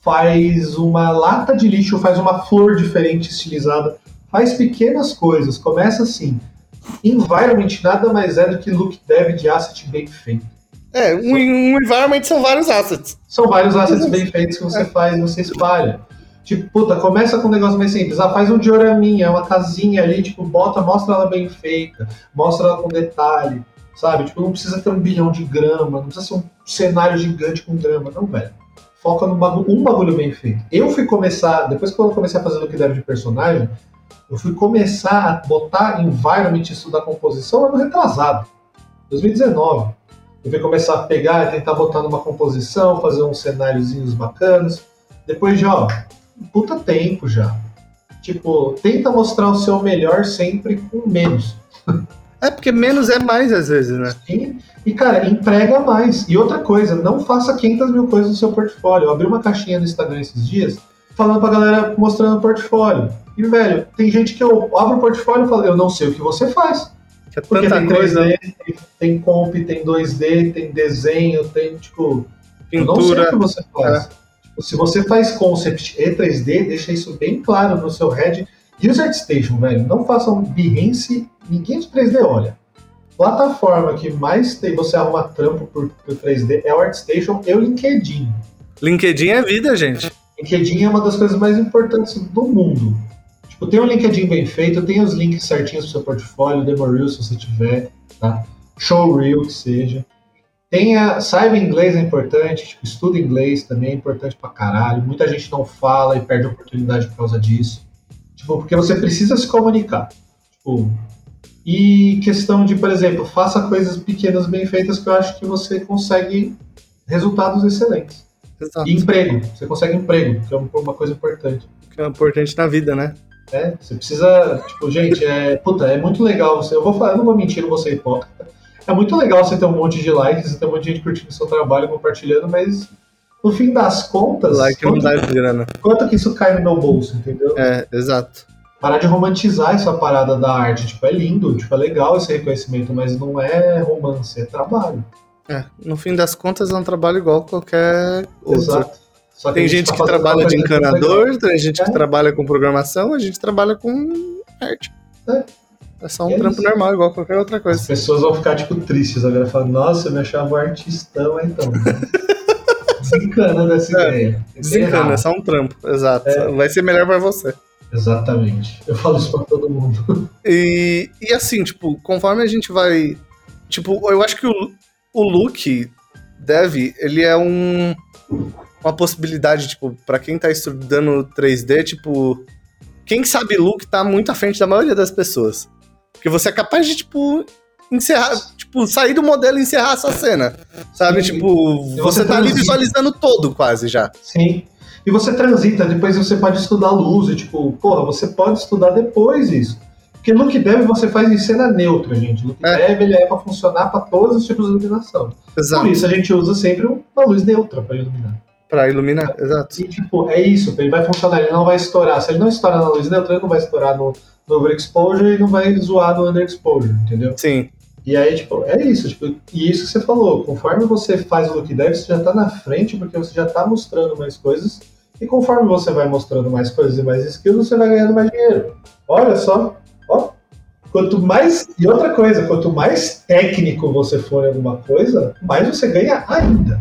S2: faz uma lata de lixo, faz uma flor diferente, estilizada. Faz pequenas coisas, começa assim. Environment nada mais é do que look dev de asset bem feito.
S1: Um environment são vários assets.
S2: São vários assets bem feitos que você faz, você espalha. Tipo, puta, começa com um negócio mais simples. Faz um dioraminha, uma casinha ali, tipo, mostra ela bem feita, mostra ela com detalhe, sabe? Tipo, não precisa ter 1 bilhão de grama, não precisa ser um cenário gigante com grama, não, velho. Foca no bagulho bem feito. Eu fui começar, depois que eu comecei a fazer look dev de personagem, eu fui começar a botar environment e estudar composição ano retrasado, 2019. Eu fui começar a pegar e tentar botar numa composição, fazer uns cenáriozinhos bacanas. Depois de, puta tempo já. Tipo, tenta mostrar o seu melhor sempre com menos.
S1: Porque menos é mais às vezes, né?
S2: Sim. E, cara, emprega mais. E outra coisa, não faça 500 mil coisas no seu portfólio. Eu abri uma caixinha no Instagram esses dias, falando pra galera, mostrando o portfólio. E, velho, tem gente que eu abro o portfólio e falo, eu não sei o que você faz. Porque tem 3D,
S1: coisa.
S2: tem comp, tem 2D, tem desenho, tem, tipo...
S1: Pintura.
S2: Eu não sei o que você faz. Tipo, se você faz concept e 3D, deixa isso bem claro no seu head. User ArtStation, velho, não façam Behance, ninguém de 3D olha. Plataforma que mais tem você arruma trampo por 3D é o ArtStation e o LinkedIn.
S1: LinkedIn é vida, gente.
S2: LinkedIn é uma das coisas mais importantes do mundo. Tipo, tem um LinkedIn bem feito, tem os links certinhos pro seu portfólio, DemoReel se você tiver, tá? Showreel que seja. Saiba inglês é importante, tipo, estuda inglês também é importante pra caralho. Muita gente não fala e perde a oportunidade por causa disso. Tipo, porque você precisa se comunicar. Tipo, E questão de, por exemplo, faça coisas pequenas bem feitas que eu acho que você consegue resultados excelentes.
S1: Exato.
S2: E emprego, você consegue emprego, que é uma coisa importante.
S1: Que é importante na vida, né?
S2: Você precisa, tipo, gente, é muito legal você, eu não vou mentir, não vou ser hipócrita. É muito legal você ter um monte de likes, você ter um monte de gente curtindo o seu trabalho, compartilhando, mas no fim das contas,
S1: Like não dá grana.
S2: quanto que isso cai no meu bolso, entendeu?
S1: Exato.
S2: Parar de romantizar essa parada da arte, tipo, é lindo, tipo, é legal esse reconhecimento, mas não é romance, é trabalho.
S1: No fim das contas é um trabalho igual qualquer outro.
S2: Exato. Só
S1: Tem gente que trabalha de encanador, tem gente que trabalha com programação, a gente trabalha com arte. É só um trampo normal, igual qualquer outra coisa.
S2: As pessoas vão ficar, tipo, tristes agora, falando, nossa, eu me achava um artistão, então. Desencana dessa ideia.
S1: Desencana, é só um trampo, exato. Vai ser melhor pra você.
S2: Exatamente. Eu falo isso pra todo mundo.
S1: E assim, tipo, conforme a gente vai... Tipo, eu acho que o look dev, ele é uma possibilidade, tipo, pra quem tá estudando 3D, tipo... Quem sabe look tá muito à frente da maioria das pessoas. Porque você é capaz de, tipo, encerrar, tipo, sair do modelo e encerrar a sua cena. Sabe?
S2: Sim.
S1: Tipo, você tá ali visualizando todo quase já.
S2: Sim. E você transita, depois você pode estudar luz, e tipo, porra, você pode estudar depois isso. Porque look dev você faz em cena neutra, gente. Look dev ele é pra funcionar pra todos os tipos de iluminação.
S1: Exato.
S2: Por isso a gente usa sempre uma luz neutra pra iluminar.
S1: Pra iluminar, exato.
S2: E tipo, é isso, ele vai funcionar, ele não vai estourar. Se ele não estourar na luz neutra, ele não vai estourar no overexposure e não vai zoar no underexposure, entendeu?
S1: Sim.
S2: E aí, tipo, é isso, tipo, e isso que você falou, conforme você faz o look dev, você já tá na frente, porque você já tá mostrando mais coisas, e conforme você vai mostrando mais coisas e mais skills, você vai ganhando mais dinheiro. Olha só, ó. Quanto mais, e outra coisa, quanto mais técnico você for em alguma coisa, mais você ganha ainda.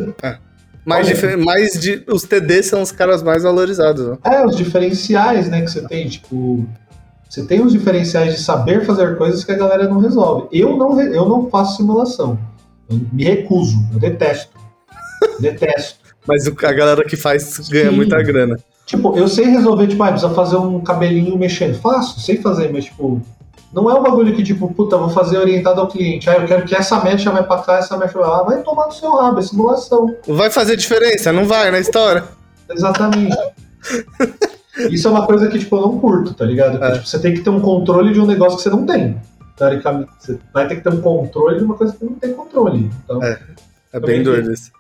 S1: Os TD são os caras mais valorizados, né?
S2: Os diferenciais, né, que você tem, tipo... Você tem os diferenciais de saber fazer coisas que a galera não resolve. Eu não faço simulação. Eu me recuso. Eu detesto. Detesto.
S1: Mas a galera que faz ganha muita grana.
S2: Tipo, eu sei resolver, tipo, precisa fazer um cabelinho mexendo. Faço, sei fazer, mas, tipo... Não é um bagulho que, tipo, puta, vou fazer orientado ao cliente. Eu quero que essa mecha vai pra cá, essa mecha vai lá. Vai tomar no seu rabo, é simulação.
S1: Vai fazer diferença? Não vai na história.
S2: Exatamente. Isso é uma coisa que, tipo, eu não curto, tá ligado? Porque, tipo, você tem que ter um controle de um negócio que você não tem. Teoricamente, você vai ter que ter um controle de uma coisa que não tem controle. Então,
S1: é bem doido isso.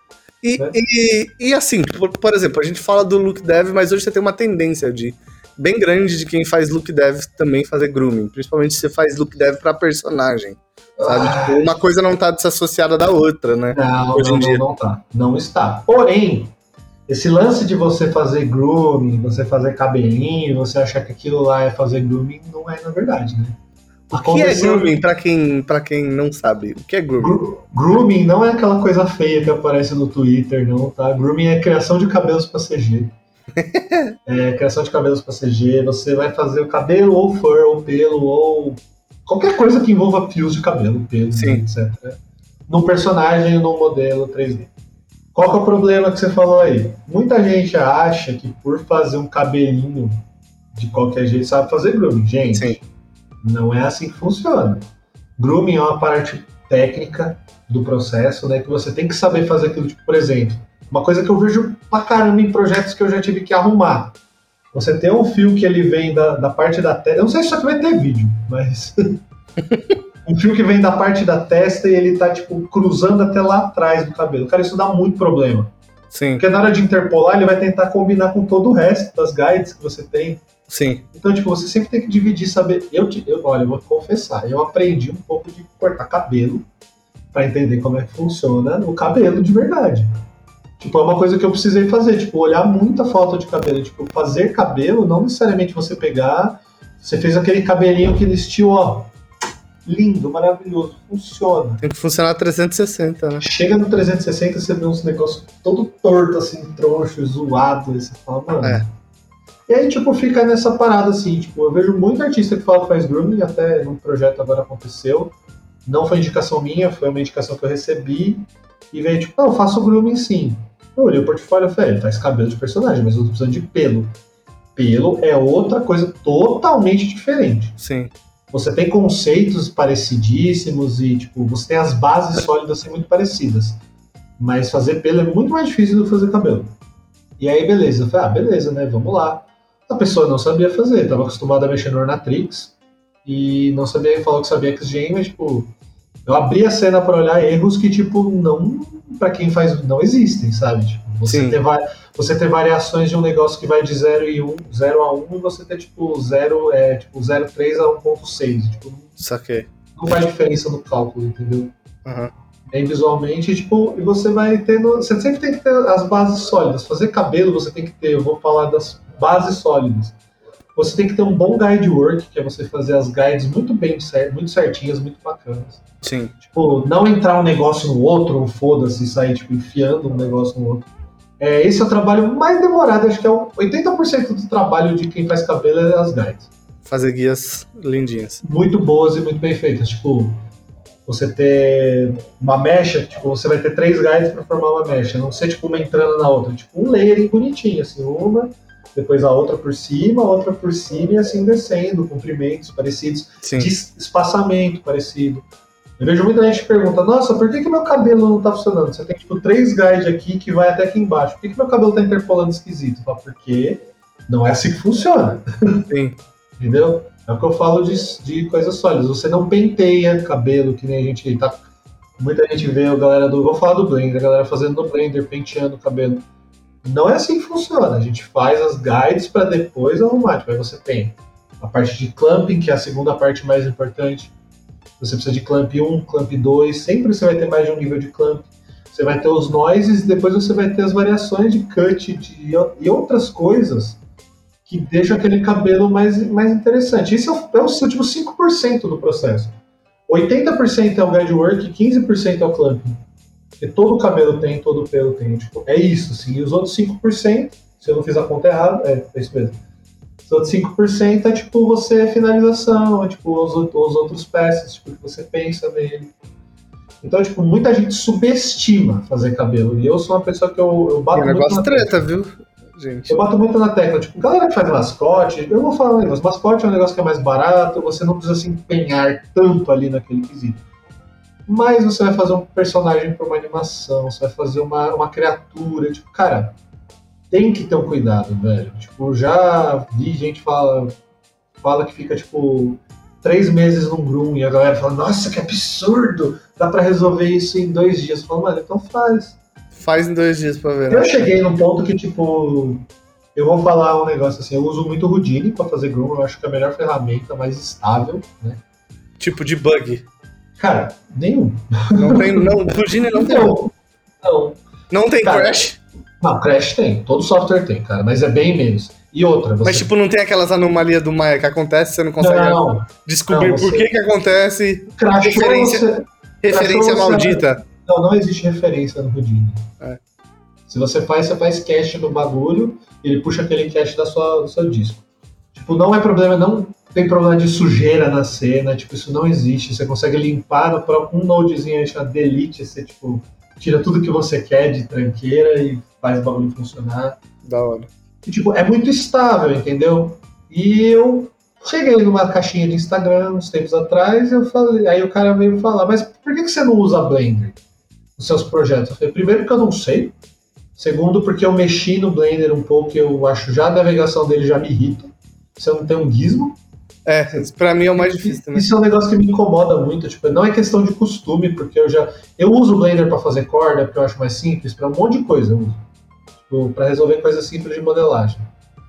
S1: E assim, por exemplo, a gente fala do look dev, mas hoje você tem uma tendência bem grande de quem faz look dev também fazer grooming. Principalmente se você faz look dev pra personagem. Sabe? Tipo, uma coisa não tá desassociada da outra, né?
S2: Não tá. Não está. Porém, esse lance de você fazer grooming, você fazer cabelinho, você achar que aquilo lá é fazer grooming, não é na verdade, né?
S1: O que é grooming, pra quem não sabe? O que é grooming?
S2: Grooming não é aquela coisa feia que aparece no Twitter, não, tá? Grooming é criação de cabelos pra CG. Criação de cabelos pra CG, você vai fazer o cabelo, ou fur, ou pelo, ou qualquer coisa que envolva fios de cabelo, pelo, etc. Num personagem ou num modelo 3D. Qual que é o problema que você falou aí? Muita gente acha que por fazer um cabelinho de qualquer jeito sabe fazer grooming. Gente, não é assim que funciona. Grooming é uma parte técnica do processo, né, que você tem que saber fazer aquilo. Tipo, por exemplo, uma coisa que eu vejo pra caramba em projetos que eu já tive que arrumar. Você tem um fio que ele vem da parte da testa. Eu não sei se isso aqui vai ter vídeo, mas... um fio que vem da parte da testa e ele tá, tipo, cruzando até lá atrás do cabelo. Cara, isso dá muito problema.
S1: Sim.
S2: Porque na hora de interpolar, ele vai tentar combinar com todo o resto das guides que você tem.
S1: Sim.
S2: Então, tipo, você sempre tem que dividir, saber... Olha, eu vou confessar, eu aprendi um pouco de cortar cabelo pra entender como é que funciona o cabelo de verdade. Tipo, é uma coisa que eu precisei fazer, tipo, olhar muita foto de cabelo. Tipo, fazer cabelo, não necessariamente você pegar... Você fez aquele cabelinho que estilo, ó, lindo, maravilhoso, funciona.
S1: Tem que funcionar 360, né?
S2: Chega no 360, você vê uns negócios todo torto, assim, troncho, zoado, e você fala, mano... E aí, tipo, fica nessa parada, assim, tipo, eu vejo muito artista que fala que faz grooming, até num projeto agora aconteceu. Não foi indicação minha, foi uma indicação que eu recebi. E veio, tipo, não, eu faço grooming sim. Eu olhei o portfólio e falei, ele faz cabelo de personagem, mas eu tô precisando de pelo. Pelo é outra coisa totalmente diferente.
S1: Sim.
S2: você tem conceitos parecidíssimos e, tipo, você tem as bases sólidas assim, muito parecidas. Mas fazer pelo é muito mais difícil do que fazer cabelo. E aí, beleza. Eu falei, beleza, né? Vamos lá. A pessoa não sabia fazer, estava acostumada a mexer no Ornatrix e não sabia, falou que sabia XGen, mas, tipo, eu abri a cena para olhar erros que, tipo, não, para quem faz, não existem, sabe? Tipo, você ter variações de um negócio que vai de 0 a 1 e você ter, tipo, 0,3 a 1,6. Tipo,
S1: Saquei.
S2: Não faz diferença no cálculo, entendeu?
S1: Uhum.
S2: Bem visualmente, tipo, e você vai tendo. Você sempre tem que ter as bases sólidas. Fazer cabelo, você tem que ter, eu vou falar das bases sólidas. Você tem que ter um bom guide work, que é você fazer as guides muito bem muito certinhas, muito bacanas.
S1: Sim.
S2: Tipo, não entrar um negócio no outro, foda-se, sair tipo, enfiando um negócio no outro. Esse é o trabalho mais demorado, acho que é 80% do trabalho de quem faz cabelo é as guides.
S1: Fazer guias lindinhas.
S2: Muito boas e muito bem feitas. Tipo, você ter uma mecha, tipo, você vai ter 3 guides para formar uma mecha, não ser tipo uma entrando na outra, tipo um layering bonitinho, assim, uma, depois a outra por cima, a outra por cima e assim descendo, comprimentos parecidos, de espaçamento parecido. Eu vejo muita gente que pergunta, nossa, por que meu cabelo não tá funcionando? Você tem tipo 3 guides aqui que vai até aqui embaixo, por que meu cabelo tá interpolando esquisito? Porque não é assim que funciona.
S1: Sim.
S2: Entendeu? É o que eu falo de coisas sólidas. Você não penteia cabelo, que nem a gente tá. Muita gente vê a galera do. Vou falar do Blender, a galera fazendo no Blender, penteando o cabelo. Não é assim que funciona. A gente faz as guides para depois arrumar. Tipo, aí você tem a parte de clamping, que é a segunda parte mais importante. Você precisa de clamp 1, clamp 2. Sempre você vai ter mais de um nível de clamp. Você vai ter os noises, depois você vai ter as variações de cut e outras coisas que deixa aquele cabelo mais interessante. Isso é o tipo 5% do processo. 80% é o guide work, 15% é o clamping. Porque todo o cabelo tem, todo o pelo tem. Tipo, é isso, sim. E os outros 5%, se eu não fiz a conta errada, é isso mesmo. Os outros 5% é tipo você finalização, é tipo os outros peças, tipo que você pensa nele. Então, tipo, muita gente subestima fazer cabelo. E eu sou uma pessoa que eu bato muito. É um negócio
S1: treta, viu? Gente.
S2: Eu bato muito na tecla, tipo, galera que faz mascote, eu vou falar um negócio, mascote é um negócio que é mais barato, você não precisa se empenhar tanto ali naquele quesito. Mas você vai fazer um personagem para uma animação, você vai fazer uma criatura, tipo, cara, tem que ter um cuidado, velho. Tipo, já vi gente fala que fica, tipo, 3 meses num groom e a galera fala, nossa, que absurdo, dá pra resolver isso em 2 dias. Eu falo, mano, então faz.
S1: Faz em 2 dias pra ver. Né?
S2: Eu cheguei num ponto que, tipo, eu vou falar um negócio assim, eu uso muito o Houdini pra fazer groom, eu acho que é a melhor ferramenta, mais estável, né?
S1: Tipo de bug?
S2: Cara, nenhum.
S1: Não tem, não, Houdini não tem.
S2: Não.
S1: Não tem cara, Crash?
S2: Não, Crash tem, todo software tem, cara, mas é bem menos. E outra, você...
S1: Mas tipo, não tem aquelas anomalias do Maia que acontece, você não consegue descobrir por que acontece. Referência maldita.
S2: Não existe referência no Houdini. Se você faz cache no bagulho, ele puxa aquele cache do seu disco. Tipo, não é problema, não tem problema de sujeira na cena, tipo, isso não existe. Você consegue limpar no próprio um nodezinho aí chama delete, você tipo, tira tudo que você quer de tranqueira e faz o bagulho funcionar.
S1: Da hora.
S2: E, tipo, é muito estável, entendeu? E eu cheguei numa caixinha de Instagram uns tempos atrás, eu falei, aí o cara veio falar, mas por que você não usa Blender nos seus projetos? Eu falei, primeiro que eu não sei, segundo porque eu mexi no Blender um pouco, eu acho já a navegação dele já me irrita, você não tem um gizmo.
S1: Pra mim é o mais difícil também.
S2: Isso é um negócio que me incomoda muito, tipo, não é questão de costume, porque eu uso o Blender pra fazer corda, porque eu acho mais simples, pra um monte de coisa eu uso. Tipo, pra resolver coisas simples de modelagem.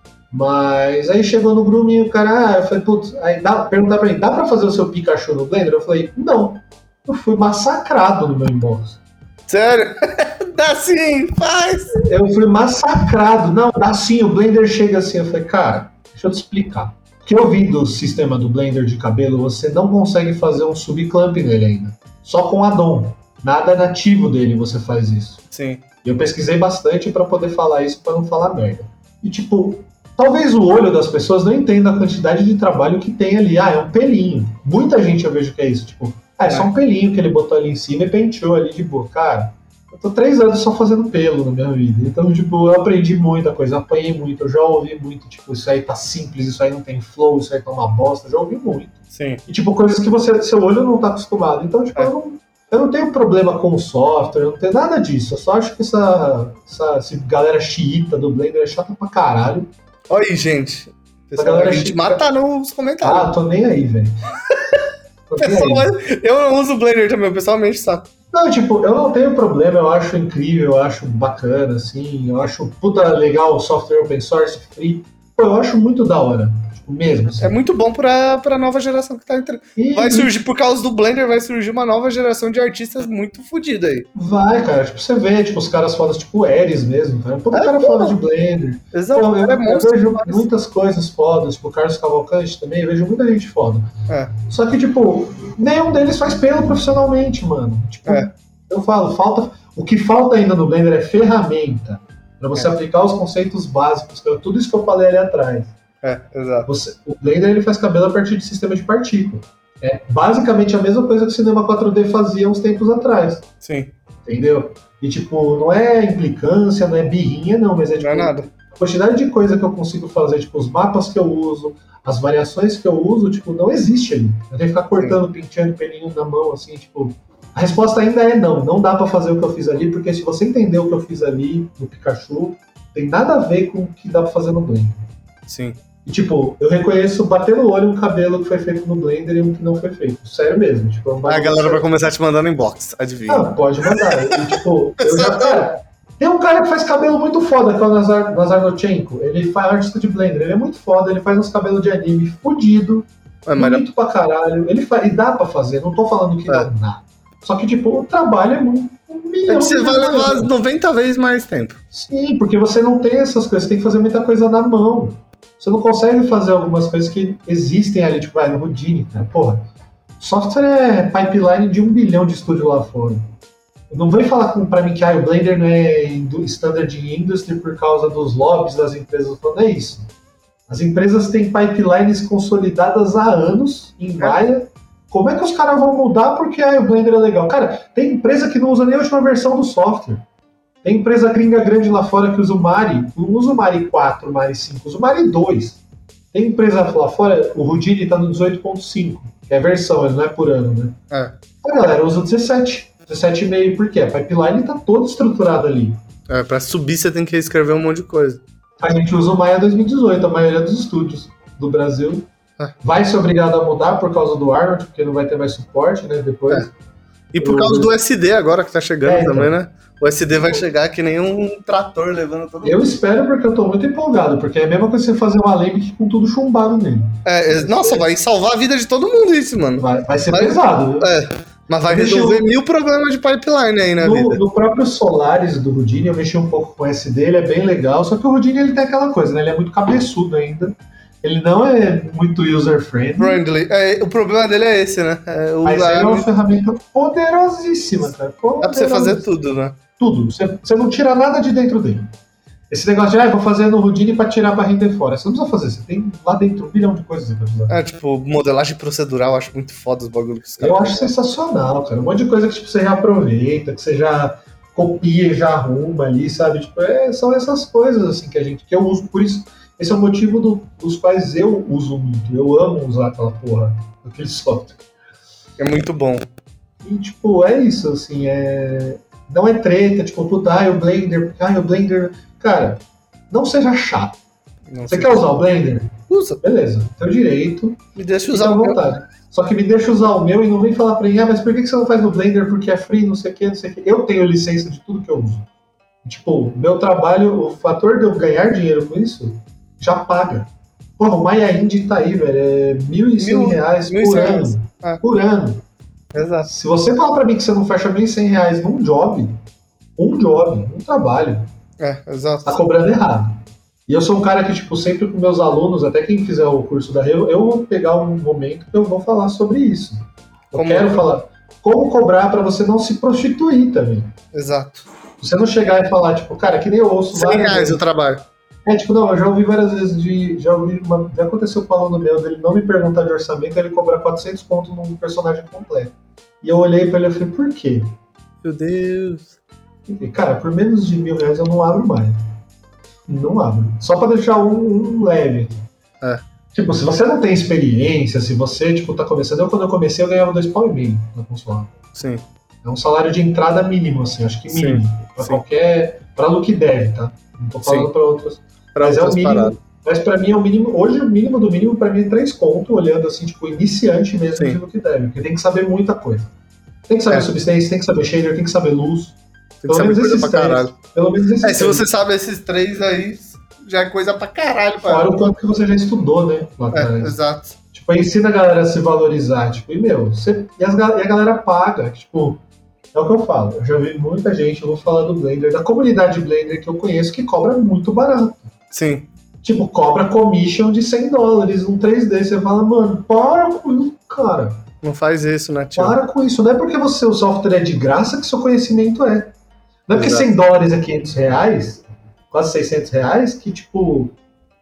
S2: Mas aí chegou no groom e o cara, eu falei, putz, aí perguntar pra mim, dá pra fazer o seu Pikachu no Blender? Eu falei, não. Eu fui massacrado no meu inbox.
S1: Sério? Dá sim, faz!
S2: Eu fui massacrado. Não, dá sim, o Blender chega assim. Eu falei, cara, deixa eu te explicar. O que eu vi do sistema do Blender de cabelo, você não consegue fazer um subclamp nele ainda. Só com addon. Nada nativo dele você faz isso.
S1: Sim.
S2: E eu pesquisei bastante pra poder falar isso, pra não falar merda. E tipo, talvez o olho das pessoas não entenda a quantidade de trabalho que tem ali. É um pelinho. Muita gente eu vejo que é isso. Tipo, é só um pelinho que ele botou ali em cima e penteou ali de boa. Cara, Eu tô 3 anos só fazendo pelo na minha vida. Então, tipo, eu aprendi muita coisa, eu apanhei muito, eu já ouvi muito, tipo, isso aí tá simples, isso aí não tem flow, isso aí tá uma bosta, eu já ouvi muito.
S1: Sim.
S2: E, tipo, coisas que seu olho não tá acostumado. Então, tipo, eu não tenho problema com o software, eu não tenho nada disso. Eu só acho que essa galera xiita do Blender é chata pra caralho.
S1: Olha aí, gente.
S2: Essa galera
S1: a gente mata nos comentários.
S2: Ah, tô nem aí, velho.
S1: Eu não uso o Blender também, pessoalmente, sabe?
S2: Não, tipo, eu não tenho problema, eu acho incrível, eu acho bacana, assim, eu acho puta legal o software open source, free. Pô, eu acho muito da hora, tipo, mesmo. Assim.
S1: É muito bom pra nova geração que tá entrando. Vai surgir, por causa do Blender, vai surgir uma nova geração de artistas muito fodida aí.
S2: Vai, cara, tipo, você vê, tipo, os caras fodas, tipo o Eris mesmo, cara. Puta cara foda de Blender.
S1: Exato,
S2: Pô, eu vejo muitas coisas fodas, tipo, o Carlos Cavalcante também, eu vejo muita gente foda. Só que, tipo, nenhum deles faz pelo profissionalmente, mano. Tipo, eu falo, o que falta ainda no Blender é ferramenta pra você aplicar os conceitos básicos, que é tudo isso que eu falei ali atrás.
S1: Exato.
S2: O Blender, ele faz cabelo a partir de sistema de partícula. É basicamente a mesma coisa que o cinema 4D fazia uns tempos atrás.
S1: Sim.
S2: Entendeu? E, tipo, não é implicância, não é birrinha, não, mas é, tipo,
S1: não é nada.
S2: A quantidade de coisa que eu consigo fazer, tipo, os mapas que eu uso, as variações que eu uso, tipo, não existe ali. Eu tenho que ficar cortando, penteando, pelinho na mão, assim, tipo... A resposta ainda é não dá pra fazer o que eu fiz ali, porque se você entender o que eu fiz ali no Pikachu, tem nada a ver com o que dá pra fazer no Blender.
S1: Sim.
S2: E, tipo, eu reconheço bater no olho um cabelo que foi feito no Blender e um que não foi feito. Sério mesmo. Tipo,
S1: a galera vai começar te mandando inbox, adivinha.
S2: Ah, pode mandar. E, tipo, cara, tem um cara que faz cabelo muito foda, que é o Nazar Nochenko. Ele faz artista de Blender, ele é muito foda, ele faz uns cabelos de anime fudido, bonito pra caralho. Ele faz, e dá pra fazer, não tô falando que não dá. Só que, tipo, o trabalho é muito...
S1: Você vai levar 90 vezes mais tempo.
S2: Sim, porque você não tem essas coisas, você tem que fazer muita coisa na mão. Você não consegue fazer algumas coisas que existem ali, tipo, no Houdini, cara. Porra, software é pipeline de 1 bilhão de estúdio lá fora. Não vem falar pra mim que o Blender não é standard industry por causa dos lobbies das empresas. Não é isso. As empresas têm pipelines consolidadas há anos em Maya. Como é que os caras vão mudar porque o Blender é legal? Cara, tem empresa que não usa nem a última versão do software. Tem empresa gringa grande lá fora que usa o Mari. Não usa o Mari 4, o Mari 5, usa o Mari 2. Tem empresa lá fora, o Houdini tá no 18.5, que é versão, ele não é por ano, né? A galera usa 17, 17,5, por quê? A pipeline tá toda estruturada ali.
S1: Pra subir você tem que escrever um monte de coisa.
S2: A gente usa o Maya 2018, a maioria dos estúdios do Brasil. Vai ser obrigado a mudar por causa do Arnold, porque não vai ter mais suporte, né, depois.
S1: E por causa do SD agora que tá chegando também, né? O SD vai chegar que nem um trator levando todo mundo.
S2: Eu espero, porque eu tô muito empolgado, porque é a mesma coisa que você fazer uma Lambic com tudo chumbado nele.
S1: Nossa, vai salvar a vida de todo mundo isso, mano.
S2: Vai ser pesado.
S1: Mas vai resolver 1000 problemas de pipeline aí, né, vida?
S2: No próprio Solaris do Houdini, eu mexi um pouco com o SD, ele é bem legal, só que o Houdini, ele tem aquela coisa, né? Ele é muito cabeçudo ainda. Ele não é muito user-friendly.
S1: O problema dele é esse, né?
S2: Mas ele é uma ferramenta poderosíssima, cara.
S1: Dá pra você fazer tudo, né?
S2: Tudo. Você não tira nada de dentro dele. Esse negócio de, vou fazer no Houdini pra tirar pra render fora. Você não precisa fazer, você tem lá dentro 1 bilhão de coisas pra fazer.
S1: Tipo, modelagem procedural, eu acho muito foda os bagulhos que os caras.
S2: Eu acho sensacional, cara. Um monte de coisa que tipo, você já aproveita, que você já copia, já arruma ali, sabe? Tipo, são essas coisas assim que eu uso, por isso. Esse é o motivo dos quais eu uso muito. Eu amo usar aquela porra, aquele software.
S1: É muito bom.
S2: E, tipo, é isso, assim, não é treta, tipo, puta, o Blender... Cara, não seja chato. Você quer usar o Blender?
S1: Usa.
S2: Beleza, teu direito.
S1: Me deixa usar
S2: à vontade. Só que me deixa usar o meu e não vem falar pra mim, mas por que você não faz no Blender? Porque é free, não sei o que. Eu tenho licença de tudo que eu uso. Tipo, meu trabalho, o fator de eu ganhar dinheiro com isso... já paga. Porra, o Maya Indie tá aí, velho. É R$1.100 por ano. Por ano.
S1: Exato.
S2: Se você falar pra mim que você não fecha R$1.100 num job, um trabalho,
S1: exato.
S2: tá cobrando errado. E eu sou um cara que, tipo, sempre com meus alunos, até quem fizer o curso da Rio, eu vou pegar um momento que eu vou falar sobre isso. Eu quero falar como cobrar pra você não se prostituir também.
S1: Exato.
S2: Você não chegar e falar, tipo, cara, que nem eu ouço
S1: R$100 o trabalho.
S2: Tipo, não, eu já ouvi várias vezes já aconteceu com um aluno meu dele não me perguntar de orçamento, ele cobrar 400 conto num personagem completo. E eu olhei pra ele e falei, por quê?
S1: Meu Deus.
S2: E, cara, por menos de R$ 1.000 eu não abro mais. Não abro. Só pra deixar um leve.
S1: É.
S2: Tipo, se você não tem experiência, se você, tipo, tá começando... Quando eu comecei, eu ganhava 2,5 pau na consola.
S1: Sim.
S2: É um salário de entrada mínimo, assim, acho que mínimo.
S1: Sim.
S2: Pra qualquer... Pra look dev, tá? Não tô falando pra outras... Mas é o mínimo... Paradas. Mas pra mim é o mínimo... Hoje o mínimo do mínimo pra mim é 3 conto, olhando assim, tipo, iniciante mesmo de look dev. Porque tem que saber muita coisa. Tem que saber substância, tem que saber shader, tem que saber luz.
S1: Tem que saber coisa pra caralho.
S2: Pelo menos esses 3.
S1: Se você sabe esses 3 aí, já é coisa pra caralho.
S2: Fora o quanto que você já estudou, né? Lá atrás.
S1: Exato.
S2: Tipo, ensina a galera a se valorizar. Tipo, e a galera paga. Tipo, é o que eu falo. Eu já vi muita gente, eu vou falar do Blender, da comunidade Blender que eu conheço, que cobra muito barato.
S1: Sim.
S2: Tipo, cobra commission de $100 num 3D. Você fala, mano, para com isso, cara.
S1: Não faz isso, né, tio?
S2: Para com isso. Não é porque o software é de graça que seu conhecimento é. Não é porque $100 é R$500, quase R$600, que, tipo,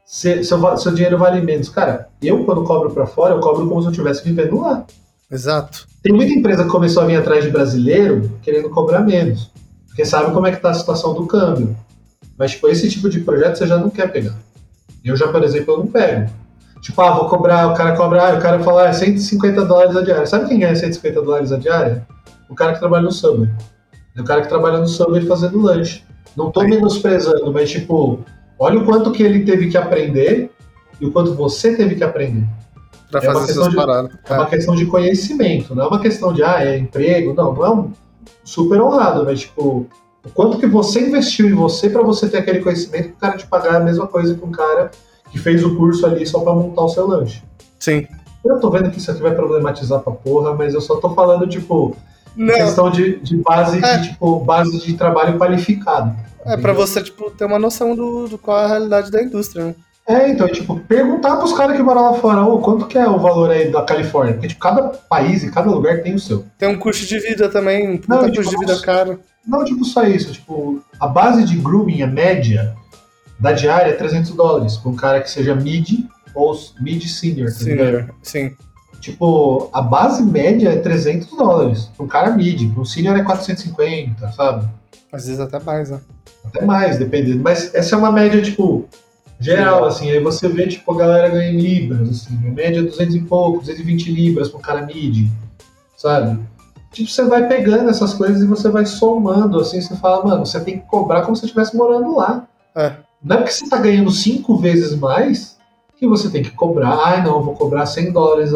S2: seu dinheiro vale menos. Cara, eu, quando cobro pra fora, eu cobro como se eu estivesse vivendo lá.
S1: Exato.
S2: Tem muita empresa que começou a vir atrás de brasileiro querendo cobrar menos. Porque sabe como é que tá a situação do câmbio. Mas, tipo, esse tipo de projeto você já não quer pegar. Eu já, por exemplo, eu não pego. Tipo, vou cobrar, o cara fala, $150 a diária. Sabe quem ganha $150 a diária? O cara que trabalha no Subway. É o cara que trabalha no Subway fazendo lanche. Não tô menosprezando, mas, tipo, olha o quanto que ele teve que aprender e o quanto você teve que aprender.
S1: Pra fazer essas paradas.
S2: É uma questão de conhecimento, não é uma questão de, é emprego. Não é um super honrado, mas, tipo, o quanto que você investiu em você pra você ter aquele conhecimento, o cara te pagar a mesma coisa que um cara que fez o curso ali só pra montar o seu lanche.
S1: Sim.
S2: Eu tô vendo que isso aqui vai problematizar pra porra, mas eu só tô falando, tipo, questão de base, base de trabalho qualificado.
S1: Pra você, tipo, ter uma noção do qual é a realidade da indústria, né?
S2: Então, tipo, perguntar pros caras que moram lá fora, quanto que é o valor aí da Califórnia? Porque, tipo, cada país e cada lugar tem o seu.
S1: Tem um custo de vida também, custo de vida caro.
S2: Não, tipo, só isso. Tipo, a base de grooming, a média da diária é $300, pra um cara que seja mid ou mid-senior.
S1: Senior, sim.
S2: Tipo, a base média é $300 pra um cara mid, pra um senior é 450, sabe?
S1: Às vezes até mais, né?
S2: Até mais, dependendo. Mas essa é uma média, tipo, geral, assim. Aí você vê, tipo, a galera ganha em libras, assim. A média é 200 e pouco, 220 libras pra um cara mid, sabe? Tipo, você vai pegando essas coisas e você vai somando, assim. Você fala, mano, você tem que cobrar como se você estivesse morando lá. Não é porque você tá ganhando 5 vezes mais que você tem que cobrar. Não, eu vou cobrar $100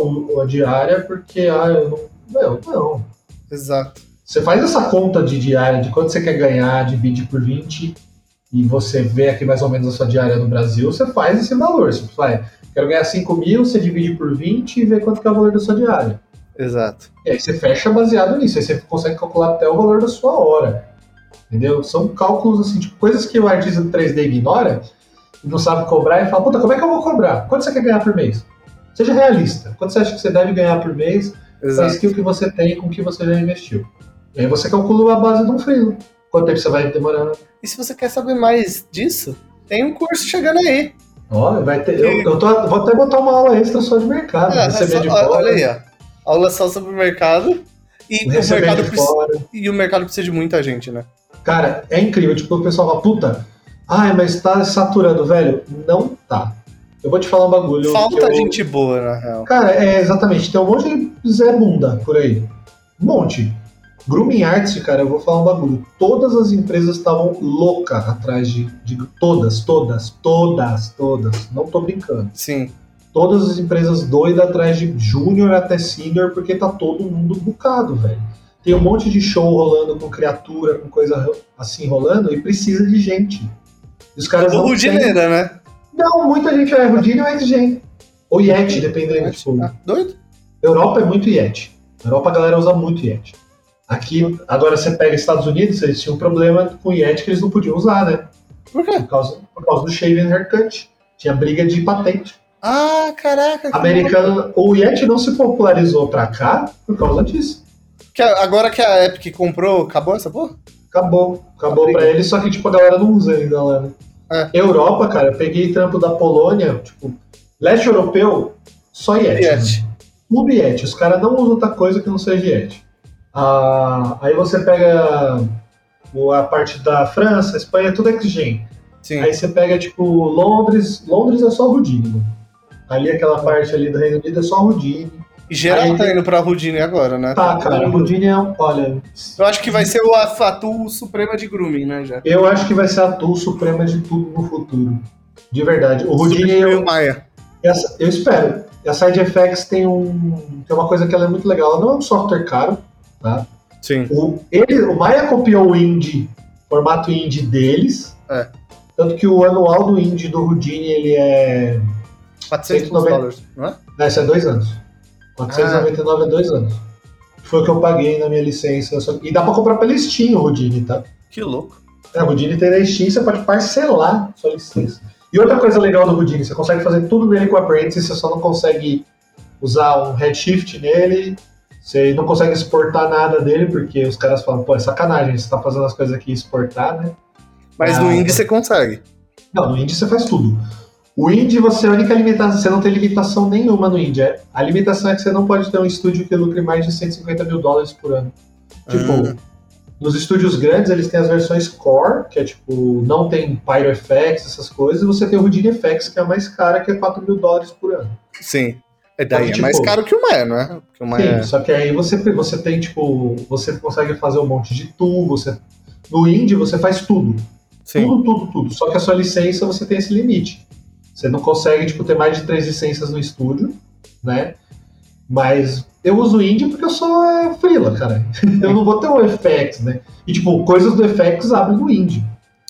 S2: a diária porque, eu não... Não.
S1: Exato.
S2: Você faz essa conta de diária, de quanto você quer ganhar, divide por 20, e você vê aqui mais ou menos a sua diária no Brasil, você faz esse valor. Você fala, quero ganhar 5.000, você divide por 20 e vê quanto que é o valor da sua diária.
S1: Exato.
S2: E aí você fecha baseado nisso, aí você consegue calcular até o valor da sua hora. Entendeu? São cálculos, assim, tipo, coisas que o artista do 3D ignora e não sabe cobrar e fala, puta, como é que eu vou cobrar? Quanto você quer ganhar por mês? Seja realista. Quanto você acha que você deve ganhar por mês com a skill que você tem e com o que você já investiu? E aí você calcula a base de um freelo. Quanto tempo você vai demorar?
S1: E se você quer saber mais disso, tem um curso chegando aí.
S2: Vai ter. Vou até botar uma aula extra só de mercado.
S1: Olha aí, ó. Aula só sobre o mercado. E o mercado precisa de muita gente, né?
S2: Cara, é incrível. Tipo, o pessoal fala, puta, mas tá saturando, velho. Não tá. Eu vou te falar um bagulho.
S1: Falta gente boa, na real.
S2: Cara, exatamente. Tem um monte de Zé Bunda por aí. Um monte. Grooming Arts, cara, eu vou falar um bagulho. Todas as empresas estavam loucas atrás de todas. Não tô brincando.
S1: Sim.
S2: Todas as empresas doidas atrás de júnior até senior, porque tá todo mundo bucado, velho. Tem um monte de show rolando com criatura, com coisa assim rolando, e precisa de gente. E os caras não
S1: Rudineira, né?
S2: Não, muita gente é Rudine ou XG. Ou Yeti, dependendo. Tipo,
S1: doido?
S2: Europa é muito Yeti. Na Europa a galera usa muito Yeti. Aqui, agora você pega Estados Unidos, eles tinham um problema com o Yeti que eles não podiam usar, né?
S1: Por quê?
S2: Por causa do shave and haircut. Tinha briga de patente.
S1: Caraca.
S2: Americano, o Yeti não se popularizou pra cá por causa disso.
S1: Agora que a Epic comprou, acabou essa porra?
S2: Acabou pra eles, só que tipo, a galera não usa ainda lá, né? Europa, cara, eu peguei trampo da Polônia, tipo, leste europeu, só Yeti. Né? Tudo Yeti, os caras não usam outra coisa que não seja Yeti. Aí você pega a parte da França, Espanha, tudo é XGen.
S1: Sim.
S2: Aí você pega, tipo, Londres é só Houdini, mano. Ali aquela parte ali do Reino Unido é só Houdini.
S1: E geral
S2: Aí
S1: tá
S2: tem-
S1: indo pra Houdini agora, né?
S2: Tá, cara, Houdini olha,
S1: Eu acho que vai ser a tool suprema de grooming, né, já.
S2: eu acho que vai ser a tool suprema de tudo no futuro. De verdade. O Houdini,
S1: Substitui o Maya.
S2: eu espero. A SideFX tem uma coisa que ela é muito legal. Ela não é um software caro, tá?
S1: Sim.
S2: O Maya copiou o indie, formato indie deles.
S1: É.
S2: Tanto que o anual do indie do Houdini, ele é...
S1: $400, não é?
S2: Não, isso é 2 anos. 499 é 2 anos. Foi o que eu paguei na minha licença. E dá pra comprar pela Steam o Houdini, tá?
S1: Que louco.
S2: O Houdini tem na Steam, você pode parcelar sua licença. E outra coisa legal do Houdini, você consegue fazer tudo nele com a Apprentice, você só não consegue usar um Redshift nele, você não consegue exportar nada dele, porque os caras falam, pô, é sacanagem, você tá fazendo as coisas aqui e exportar, né?
S1: Mas no Indie você consegue.
S2: Não, no Indie você faz tudo. O Indie, a única limitação, você não tem limitação nenhuma no Indie. A limitação é que você não pode ter um estúdio que lucre mais de $150 mil por ano. Tipo, nos estúdios grandes, eles têm as versões Core, que é tipo, não tem Pyro FX, essas coisas, e você tem o Houdini FX, que é a mais cara, que é $4 mil por ano.
S1: Sim. Daí
S2: Então,
S1: é mais caro que o Maya, não é? Porque o Maya...
S2: Sim, só que aí você tem, tipo, você consegue fazer um monte de tool, no Indie você faz tudo.
S1: Sim.
S2: Tudo. Só que a sua licença, você tem esse limite. Você não consegue, tipo, ter mais de 3 licenças no estúdio, né? Mas eu uso o Indie porque eu sou freela, cara. Eu não vou ter o FX, né? E, tipo, coisas do FX abrem no Indie.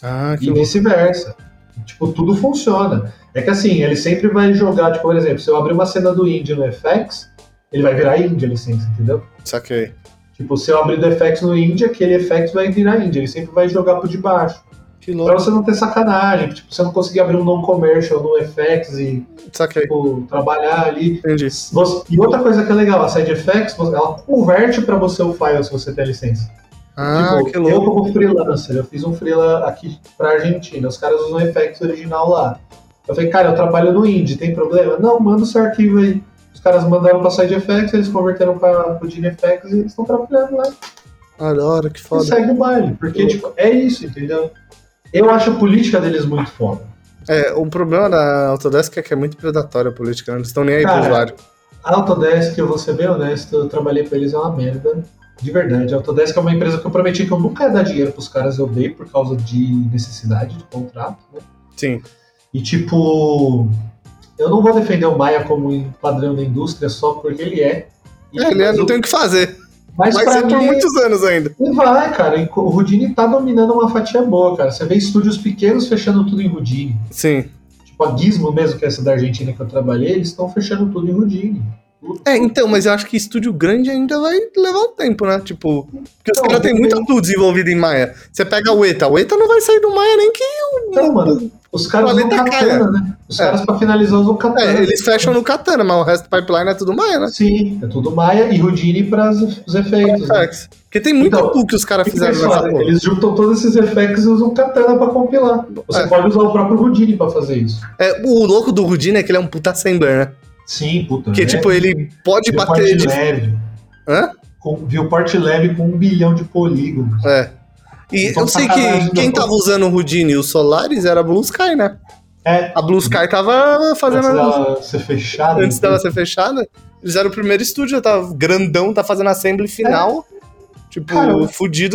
S2: E vice-versa. Tipo, tudo funciona. É que assim, ele sempre vai jogar, tipo, por exemplo, se eu abrir uma cena do Indie no FX, ele vai virar Indie a licença, entendeu?
S1: Saquei.
S2: Tipo, se eu abrir do FX no Indie, aquele FX vai virar Indie, ele sempre vai jogar por debaixo.
S1: Que louco.
S2: Pra você não ter sacanagem, tipo, você não conseguir abrir um non-commercial no FX e tipo, trabalhar ali.
S1: Entendi.
S2: E outra coisa que é legal, a SideFX, ela converte pra você o file se você tem a licença. Tipo,
S1: Que louco.
S2: eu como freelancer, eu fiz um freela aqui pra Argentina, os caras usam o FX original lá. Eu falei, cara, eu trabalho no Indie, tem problema? Não, manda o seu arquivo aí. Os caras mandaram pra SideFX, eles converteram pra Houdini FX e eles estão trabalhando lá.
S1: Ah, da hora, que foda.
S2: E segue o baile, porque tipo, é isso, entendeu? Eu acho a política deles muito foda.
S1: O problema da Autodesk é que é muito predatória a política, né? Eles estão nem aí
S2: Cara,
S1: pro usuário.
S2: A Autodesk, eu vou ser bem honesto, eu trabalhei pra eles, é uma merda. De verdade. A Autodesk é uma empresa que eu prometi que eu nunca ia dar dinheiro pros caras, eu dei por causa de necessidade de contrato, né?
S1: Sim.
S2: E tipo, eu não vou defender o Maya como um padrão da indústria só porque ele é.
S1: Ele não tem o que fazer.
S2: Mas
S1: vai ser por muitos anos ainda.
S2: E vai, cara. O Houdini tá dominando uma fatia boa, cara. Você vê estúdios pequenos fechando tudo em Houdini.
S1: Sim.
S2: Tipo, a Gizmo mesmo, que é essa da Argentina que eu trabalhei, eles estão fechando tudo em Houdini.
S1: Então, mas eu acho que estúdio grande ainda vai levar um tempo, né? Tipo, porque os caras têm muita tool desenvolvida em Maya. Você pega o ETA não vai sair do Maya nem que
S2: Então, mano, os caras usam Katana, né? Os caras pra finalizar usam Katana.
S1: Eles fecham no Katana, mas o resto do pipeline é tudo Maya, né?
S2: Sim, é tudo Maya e Houdini para os efeitos. Né?
S1: Porque tem muita tool que os caras fizeram nessa porra.
S2: Eles juntam todos esses effects e usam Katana pra compilar. Você pode usar o próprio Houdini pra fazer isso.
S1: O louco do Houdini é que ele é um puta assembler, né?
S2: Sim, puta.
S1: Porque, tipo, ele pode bater...
S2: leve.
S1: Hã?
S2: Viewport leve com 1 bilhão de polígonos.
S1: E então, eu sei que quem tava usando o Houdini e o Solaris era a Blue Sky, né? A Blue Sky tava fazendo...
S2: Antes dela ser fechada.
S1: Antes dela ser fechada. Eles eram o primeiro estúdio, tava grandão, tá fazendo assembly final. Tipo, fudido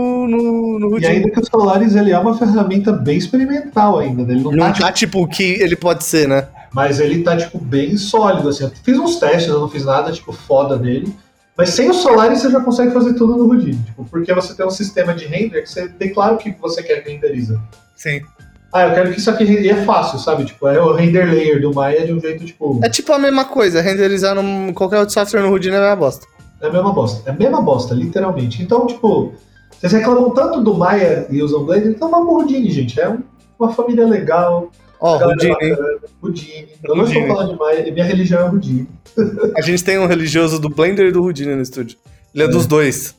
S1: no Houdini.
S2: E ainda que o Solaris, ele é uma ferramenta bem experimental ainda. Ele
S1: não tá, tipo, o que ele pode ser, né?
S2: Mas ele tá, tipo, bem sólido, assim. Eu fiz uns testes, eu não fiz nada, tipo, foda nele. Mas sem o Solaris você já consegue fazer tudo no Houdini. Tipo, porque você tem um sistema de render que você tem claro que você quer que renderiza.
S1: Sim.
S2: Eu quero que isso aqui e é fácil, sabe? Tipo, é o render layer do Maya de um jeito, tipo...
S1: É tipo a mesma coisa, renderizar qualquer outro software no Houdini é a mesma bosta.
S2: É a mesma bosta, literalmente. Então, tipo, vocês reclamam tanto do Maya e usam Blender, então vamos pro Houdini, gente. É uma família legal.
S1: Houdini.
S2: Houdini. Eu não estou falando de Maya, minha religião é Houdini.
S1: A gente tem um religioso do Blender e do Houdini no estúdio. Ele é dos dois.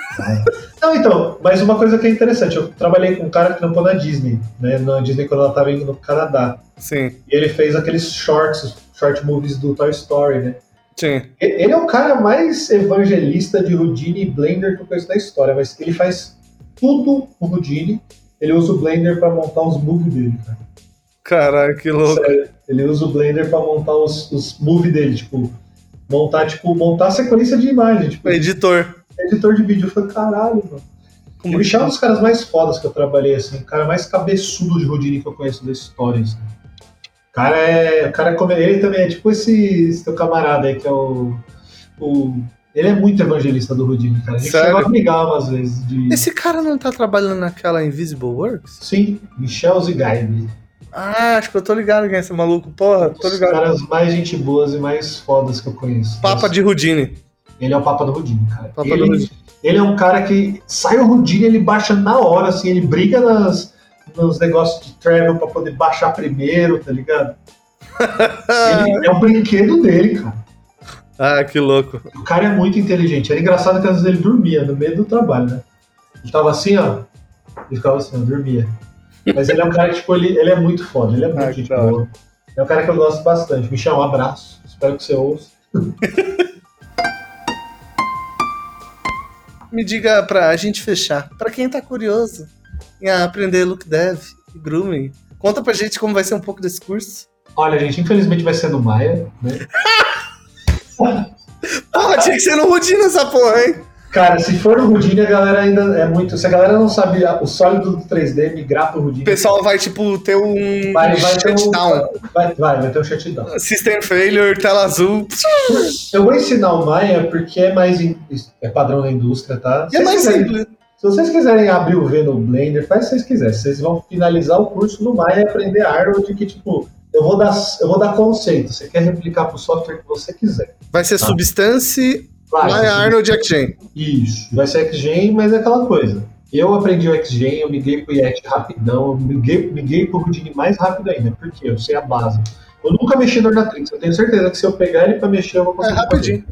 S2: Não, então, mas uma coisa que é interessante, eu trabalhei com um cara que trampou na Disney, né? Na Disney quando ela estava indo no Canadá.
S1: Sim.
S2: E ele fez aqueles short movies do Toy Story, né?
S1: Sim.
S2: Ele é o cara mais evangelista de Houdini e Blender que eu conheço da história, mas ele faz tudo o Houdini. Ele usa o Blender pra montar os moves dele, cara.
S1: Caralho, que louco.
S2: Sério, ele usa o Blender pra montar os moves dele, tipo, montar a sequência de imagem, tipo,
S1: Editor
S2: de vídeo. Eu falei, caralho, mano. O Michel é um dos caras mais fodas que eu trabalhei, assim, o cara mais cabeçudo de Houdini que eu conheço da história, assim. Ele também é tipo esse teu camarada aí, que é ele é muito evangelista do Houdini, cara. A gente chegou a brigar umas vezes.
S1: Esse cara não tá trabalhando naquela Invisible Works?
S2: Sim, Michel Zigaib.
S1: Ah, acho que eu tô ligado quem é esse maluco. Porra, tô ligado.
S2: Os caras mais gente boas e mais fodas que eu conheço.
S1: Papa de Houdini.
S2: Ele é o Papa do Houdini, cara.
S1: Papa do Houdini.
S2: Ele é um cara que sai o Houdini, ele baixa na hora, assim, ele briga nos negócios de travel pra poder baixar primeiro, tá ligado? Ele é o brinquedo dele, cara.
S1: Ah, que louco.
S2: O cara é muito inteligente. Era engraçado que às vezes ele dormia no meio do trabalho, né? Ele tava assim, ó. Ele ficava assim, ó, dormia. Mas ele é um cara que, tipo, ele é muito foda. Ele é muito gente boa. É um cara que eu gosto bastante. Michel, um abraço. Espero que você ouça.
S1: Me diga pra gente fechar. Pra quem tá curioso em aprender look dev e grooming, conta pra gente como vai ser um pouco desse curso.
S2: Olha, gente, infelizmente vai ser no Maia, né?
S1: Porra, tinha que ser no Houdini essa porra, hein?
S2: Cara, se for no Houdini, a galera ainda é muito... Se a galera não sabe o sólido do 3D, migrar pro Houdini...
S1: O pessoal vai, tipo, ter um
S2: vai
S1: shutdown.
S2: Vai ter um shutdown.
S1: System failure, tela azul.
S2: Eu vou ensinar o Maya porque é padrão da indústria, tá?
S1: E é mais simples.
S2: Se vocês quiserem abrir o V no Blender, faz o que vocês quiserem. Vocês vão finalizar o curso no Maya e aprender Arnold, que, tipo... Eu vou dar conceito. Você quer replicar pro software que você quiser.
S1: Vai ser Substance, Maya, Arnold e XGen.
S2: Isso. Vai ser XGen, mas é aquela coisa. Eu aprendi o XGen, eu migrei pro Yeti rapidão, eu migrei pro Houdini mais rápido ainda. Por quê? Eu sei a base. Eu nunca mexi no Ornatrix. Eu tenho certeza que se eu pegar ele pra mexer, eu vou conseguir.
S1: É rapidinho.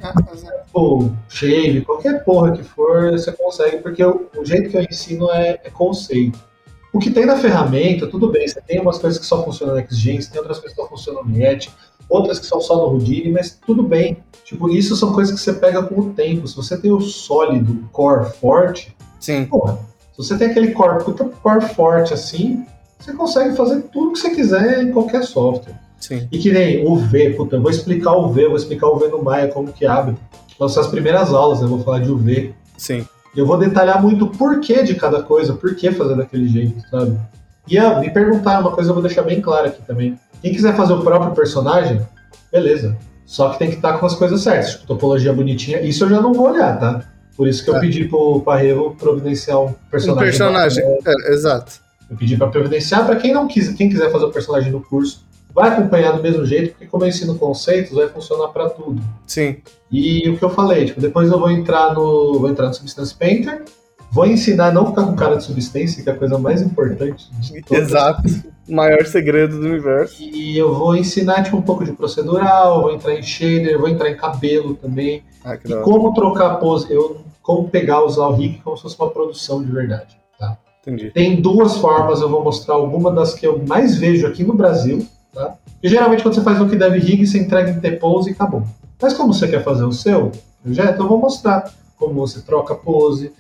S2: Pô, Shave, qualquer porra que for, você consegue, porque o jeito que eu ensino é conceito. O que tem na ferramenta, tudo bem, você tem umas coisas que só funcionam no XGen, você tem outras coisas que só funcionam no Yeti, outras que são só no Houdini, mas tudo bem. Tipo, isso são coisas que você pega com o tempo. Se você tem o sólido, o core forte,
S1: sim.
S2: Porra, se você tem aquele core forte assim, você consegue fazer tudo que você quiser em qualquer software.
S1: Sim.
S2: E que nem o V, puta, eu vou explicar o V no Maya, como que abre. São as primeiras aulas, né? Eu vou falar de UV.
S1: Sim.
S2: Eu vou detalhar muito o porquê de cada coisa, por que fazer daquele jeito, sabe? E me perguntaram uma coisa, eu vou deixar bem claro aqui também. Quem quiser fazer o próprio personagem, beleza. Só que tem que estar com as coisas certas, tipo, topologia bonitinha. Isso eu já não vou olhar, tá? Por isso que eu pedi pro Parreiro providenciar um personagem.
S1: Exato.
S2: Eu pedi pra providenciar, pra quem quiser fazer o personagem no curso, vai acompanhar do mesmo jeito, porque como eu ensino conceitos, vai funcionar pra tudo.
S1: Sim.
S2: E o que eu falei, tipo, depois eu vou entrar no Substance Painter, vou ensinar a não ficar com cara de Substance, que é a coisa mais importante de todas.
S1: Exato. O maior segredo do universo.
S2: E eu vou ensinar, tipo, um pouco de procedural, vou entrar em shader, vou entrar em cabelo também. E como trocar a pose, como usar o rig como se fosse uma produção de verdade, tá?
S1: Entendi.
S2: Tem duas formas, eu vou mostrar alguma das que eu mais vejo aqui no Brasil, tá? E geralmente quando você faz o que deve rig, você entrega em T-pose e acabou. Mas como você quer fazer o seu projeto, eu vou mostrar como você troca pose,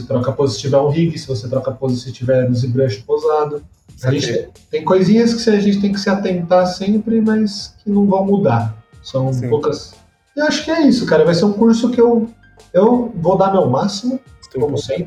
S2: se tiver um rig, se você troca pose se tiver no ZBrush posado. A gente tem coisinhas que a gente tem que se atentar sempre, mas que não vão mudar. São poucas. Eu acho que é isso, cara. Vai ser um curso que eu vou dar meu máximo, como sempre,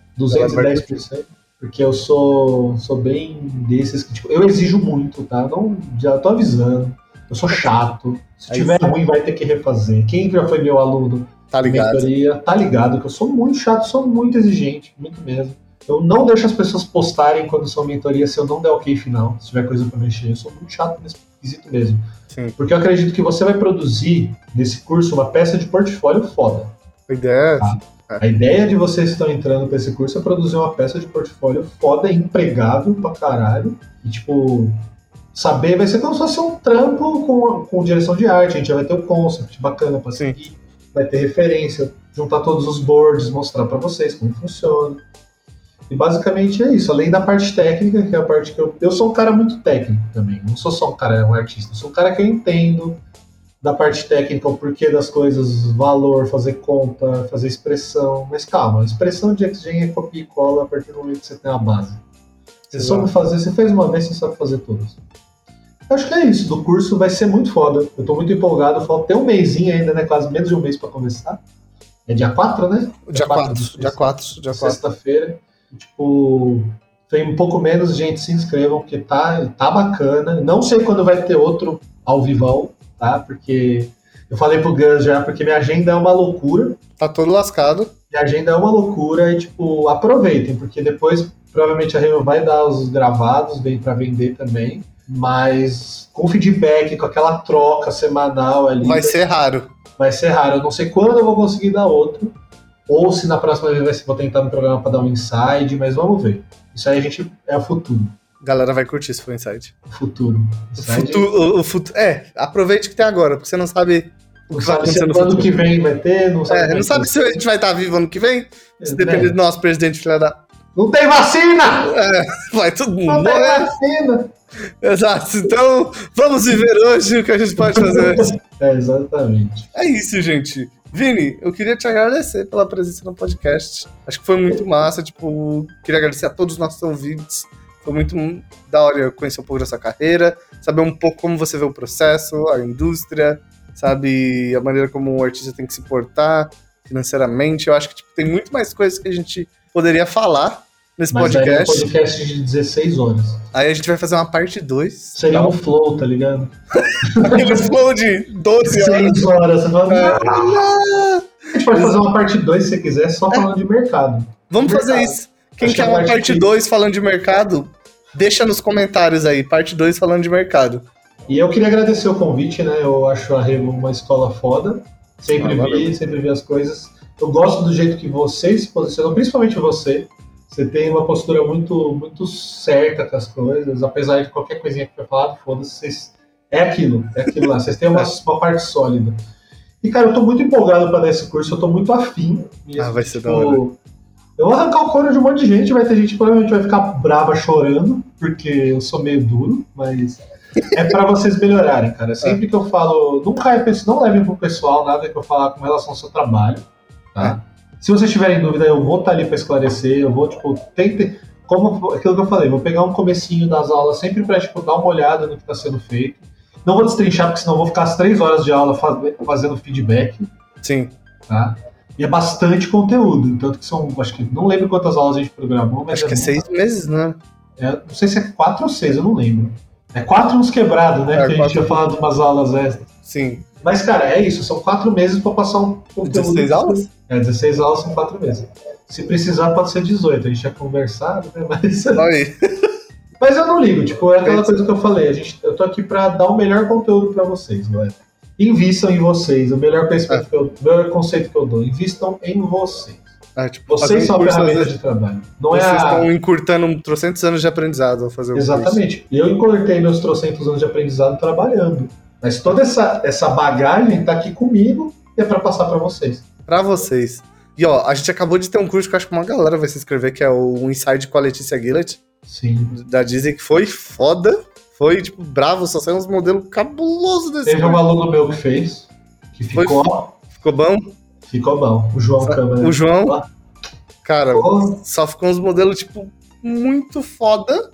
S2: 210%. Porque eu sou bem desses que, tipo, eu exijo muito, tá? Não, já tô avisando. Eu sou chato. Se tiver ruim, vai ter que refazer. Quem já foi meu aluno
S1: tá ligado.
S2: Mentoria, tá ligado que eu sou muito chato, sou muito exigente, muito mesmo. Eu não deixo as pessoas postarem quando são mentoria se eu não der ok final, se tiver coisa pra mexer. Eu sou muito chato nesse quesito mesmo.
S1: Sim.
S2: Porque eu acredito que você vai produzir nesse curso uma peça de portfólio foda.
S1: A ideia
S2: A ideia de vocês que estão entrando pra esse curso é produzir uma peça de portfólio foda, empregável pra caralho. E, tipo, saber, vai ser como se fosse um trampo com direção de arte. A gente já vai ter o concept bacana pra seguir, vai ter referência, juntar todos os boards, mostrar pra vocês como funciona. E basicamente é isso, além da parte técnica, que é a parte que eu sou um cara muito técnico também, não sou só um artista, eu sou um cara que eu entendo da parte técnica, o porquê das coisas, valor, fazer conta, fazer expressão. Mas calma, expressão de X-Gen é copia e cola a partir do momento que você tem a base. Você soube fazer, você fez uma vez, você sabe fazer todas. Acho que é isso, do curso vai ser muito foda. Eu tô muito empolgado, falta um mêsinho ainda, né? Quase menos de um mês pra começar. É dia 4, né?
S1: Dia 4.
S2: Sexta-feira. Tipo, tem um pouco menos, gente, se inscrevam, porque tá bacana. Não sei quando vai ter outro ao vivão, tá? Porque eu falei pro Gus já, porque minha agenda é uma loucura.
S1: Tá todo lascado.
S2: Minha agenda é uma loucura e, tipo, aproveitem, porque depois provavelmente a Remo vai dar os gravados, vem pra vender também. Mas com feedback, com aquela troca semanal ali.
S1: Vai ser raro.
S2: Vai ser raro. Eu não sei quando eu vou conseguir dar outro. Ou se na próxima vez vou tentar no programa para dar um inside, mas vamos ver. Isso aí é o futuro.
S1: Galera vai curtir se for inside.
S2: O futuro.
S1: O futuro. Aproveite o que tem agora, porque você não sabe o que vai acontecer no futuro.
S2: Ano que vem vai ter, não sabe.
S1: Não sabe se a gente vai estar vivo ano que vem. Se depender do nosso presidente, filha da.
S2: Não tem vacina!
S1: Vai todo mundo
S2: morrer. Não tem vacina!
S1: Exato, então vamos viver hoje o que a gente pode fazer hoje.
S2: Exatamente.
S1: É isso, gente. Vini, eu queria te agradecer pela presença no podcast. Acho que foi muito massa, queria agradecer a todos os nossos ouvintes. Foi muito da hora eu conhecer um pouco da sua carreira, saber um pouco como você vê o processo, a indústria, sabe, a maneira como o artista tem que se portar financeiramente. Eu acho que tem muito mais coisas que a gente poderia falar nesse podcast.
S2: Aí é um podcast de 16 horas.
S1: Aí a gente vai fazer uma parte 2.
S2: Seria um flow, tá ligado?
S1: Aquele flow de 12 horas.
S2: 6 horas. Você fala, a gente pode fazer uma parte 2 se você quiser, só falando de mercado.
S1: Vamos fazer isso. Quem quer uma parte 2 falando de mercado, deixa nos comentários aí. Parte 2 falando de mercado.
S2: E eu queria agradecer o convite, né? Eu acho a Remo uma escola foda. Sempre vi as coisas. Eu gosto do jeito que vocês se posicionam, principalmente você. Você tem uma postura muito, muito certa com as coisas, apesar de qualquer coisinha que foi falado, foda-se, é aquilo lá, vocês têm uma parte sólida. E, cara, eu tô muito empolgado pra dar esse curso, eu tô muito afim. Mesmo,
S1: vai ser da hora.
S2: Eu vou arrancar o couro de um monte de gente, vai ter gente que provavelmente vai ficar brava chorando, porque eu sou meio duro, mas é pra vocês melhorarem, cara. Sempre que eu falo, não levem pro pessoal nada que eu falar com relação ao seu trabalho, tá? Se vocês tiverem dúvida, eu vou estar ali para esclarecer, eu vou, como aquilo que eu falei, vou pegar um comecinho das aulas sempre para, dar uma olhada no que está sendo feito. Não vou destrinchar, porque senão eu vou ficar as 3 horas de aula fazendo feedback.
S1: Sim.
S2: Tá? E é bastante conteúdo, tanto que são, acho que, não lembro quantas aulas a gente programou, mas
S1: acho que é 6 meses, né?
S2: Não sei se é 4 ou 6, eu não lembro. É 4 uns quebrados, né? Que a gente tinha falado de umas aulas extras.
S1: Sim.
S2: Mas, cara, é isso, são 4 meses para passar um conteúdo.
S1: 16 aulas?
S2: 16 aulas são 4 meses. Se precisar, pode ser 18. A gente tinha conversado, né? Mas eu não ligo, é aquela coisa que eu falei. Eu tô aqui pra dar o melhor conteúdo pra vocês, galera. Invistam em vocês. O melhor conhecimento o melhor conceito que eu dou. Invistam em vocês. Vocês são a ferramenta de trabalho. Vocês
S1: estão encurtando 300 anos de aprendizado ao fazer o curso.
S2: Exatamente. Eu encurtei meus 300 anos de aprendizado trabalhando. Mas toda essa bagagem tá aqui comigo e é pra passar pra vocês.
S1: Pra vocês. E a gente acabou de ter um curso que eu acho que uma galera vai se inscrever, que é o Inside com a Letícia Gillett.
S2: Sim.
S1: Da Disney, que foi foda. Foi, bravo, só saiu uns modelos cabulosos desse
S2: Teve um aluno meu que fez, que ficou...
S1: Ficou bom?
S2: Ficou bom. O João Câmara.
S1: O João, cara, só ficou uns modelos, muito foda.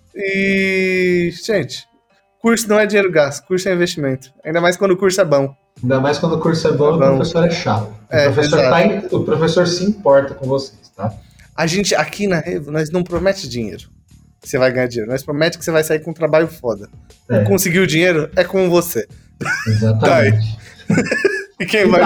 S1: E, gente, curso não é dinheiro gasto, curso é investimento. Ainda mais quando o curso é bom.
S2: Ainda mais quando o curso é bom e o professor é chato. O professor se importa com vocês, tá?
S1: A gente, aqui na Revo, nós não promete dinheiro que você vai ganhar dinheiro. Nós promete que você vai sair com um trabalho foda. Não conseguir o dinheiro é com você.
S2: Exatamente.
S1: E quem vai...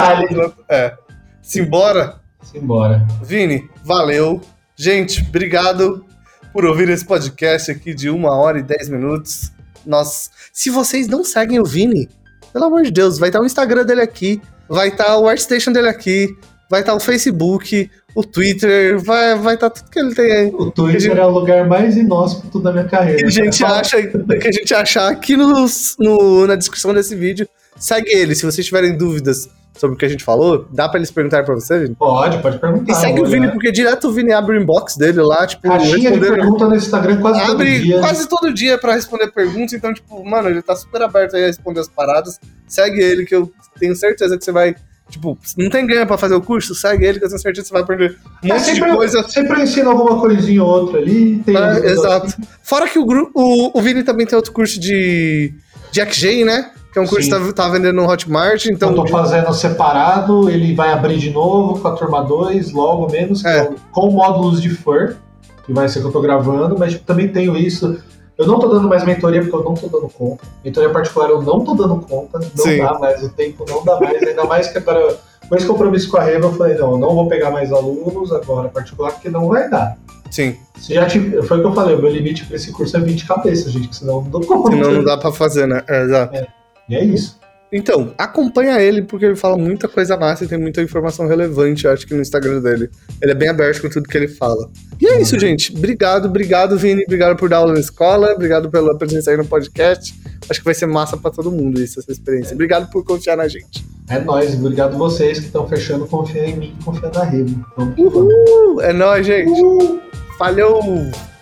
S1: Simbora?
S2: Simbora.
S1: Vini, valeu. Gente, obrigado por ouvir esse podcast aqui de 1 hora e 10 minutos. Se vocês não seguem o Vini, pelo amor de Deus, vai estar o Instagram dele aqui, vai estar o ArtStation dele aqui, vai estar o Facebook, o Twitter, vai estar tudo que ele tem aí.
S2: O Twitter é o lugar mais inóspito da minha carreira.
S1: Que a gente achar aqui na descrição desse vídeo. Segue ele, se vocês tiverem dúvidas sobre o que a gente falou? Dá pra eles perguntarem pra você, Vini?
S2: Pode perguntar.
S1: E segue o Vini, porque direto o Vini abre o inbox dele lá, tipo,
S2: caixinha de pergunta no Instagram quase todo dia.
S1: Abre quase todo dia pra responder perguntas, então, tipo, mano, ele tá super aberto aí a responder as paradas. Segue ele, que eu tenho certeza que você vai... Tipo, não tem ganho pra fazer o curso? Segue ele, que eu tenho certeza que você vai aprender um monte de coisa.
S2: Sempre ensina alguma coisinha ou outra ali.
S1: Exato. Assim. Fora que o Vini também tem outro curso de XG, né? Que é um curso que tá vendendo no Hotmart. Então,
S2: eu tô fazendo separado, ele vai abrir de novo com a turma 2, logo menos, com módulos de FUR, que vai ser que eu tô gravando, mas tipo, também tenho isso. Eu não tô dando mais mentoria porque eu não tô dando conta. Mentoria particular eu não tô dando conta, não dá mais, o tempo não dá mais, ainda mais que agora, com esse compromisso com a Reva, eu falei, não, eu não vou pegar mais alunos agora particular, porque não vai dar.
S1: Sim.
S2: Foi o que eu falei, o meu limite pra esse curso é 20 cabeças, gente, que senão eu não dou conta.
S1: Senão não dá pra fazer, né? Exato.
S2: E é isso.
S1: Então, acompanha ele, porque ele fala muita coisa massa e tem muita informação relevante, eu acho que no Instagram dele. Ele é bem aberto com tudo que ele fala. E é isso, gente. Obrigado, Vini. Obrigado por dar aula na escola. Obrigado pela presença aí no podcast. Acho que vai ser massa pra todo mundo essa experiência. Obrigado por confiar na gente.
S2: É nóis. Obrigado vocês que estão fechando, confiar em mim e confiar na Rede.
S1: É nóis, gente. Falhou!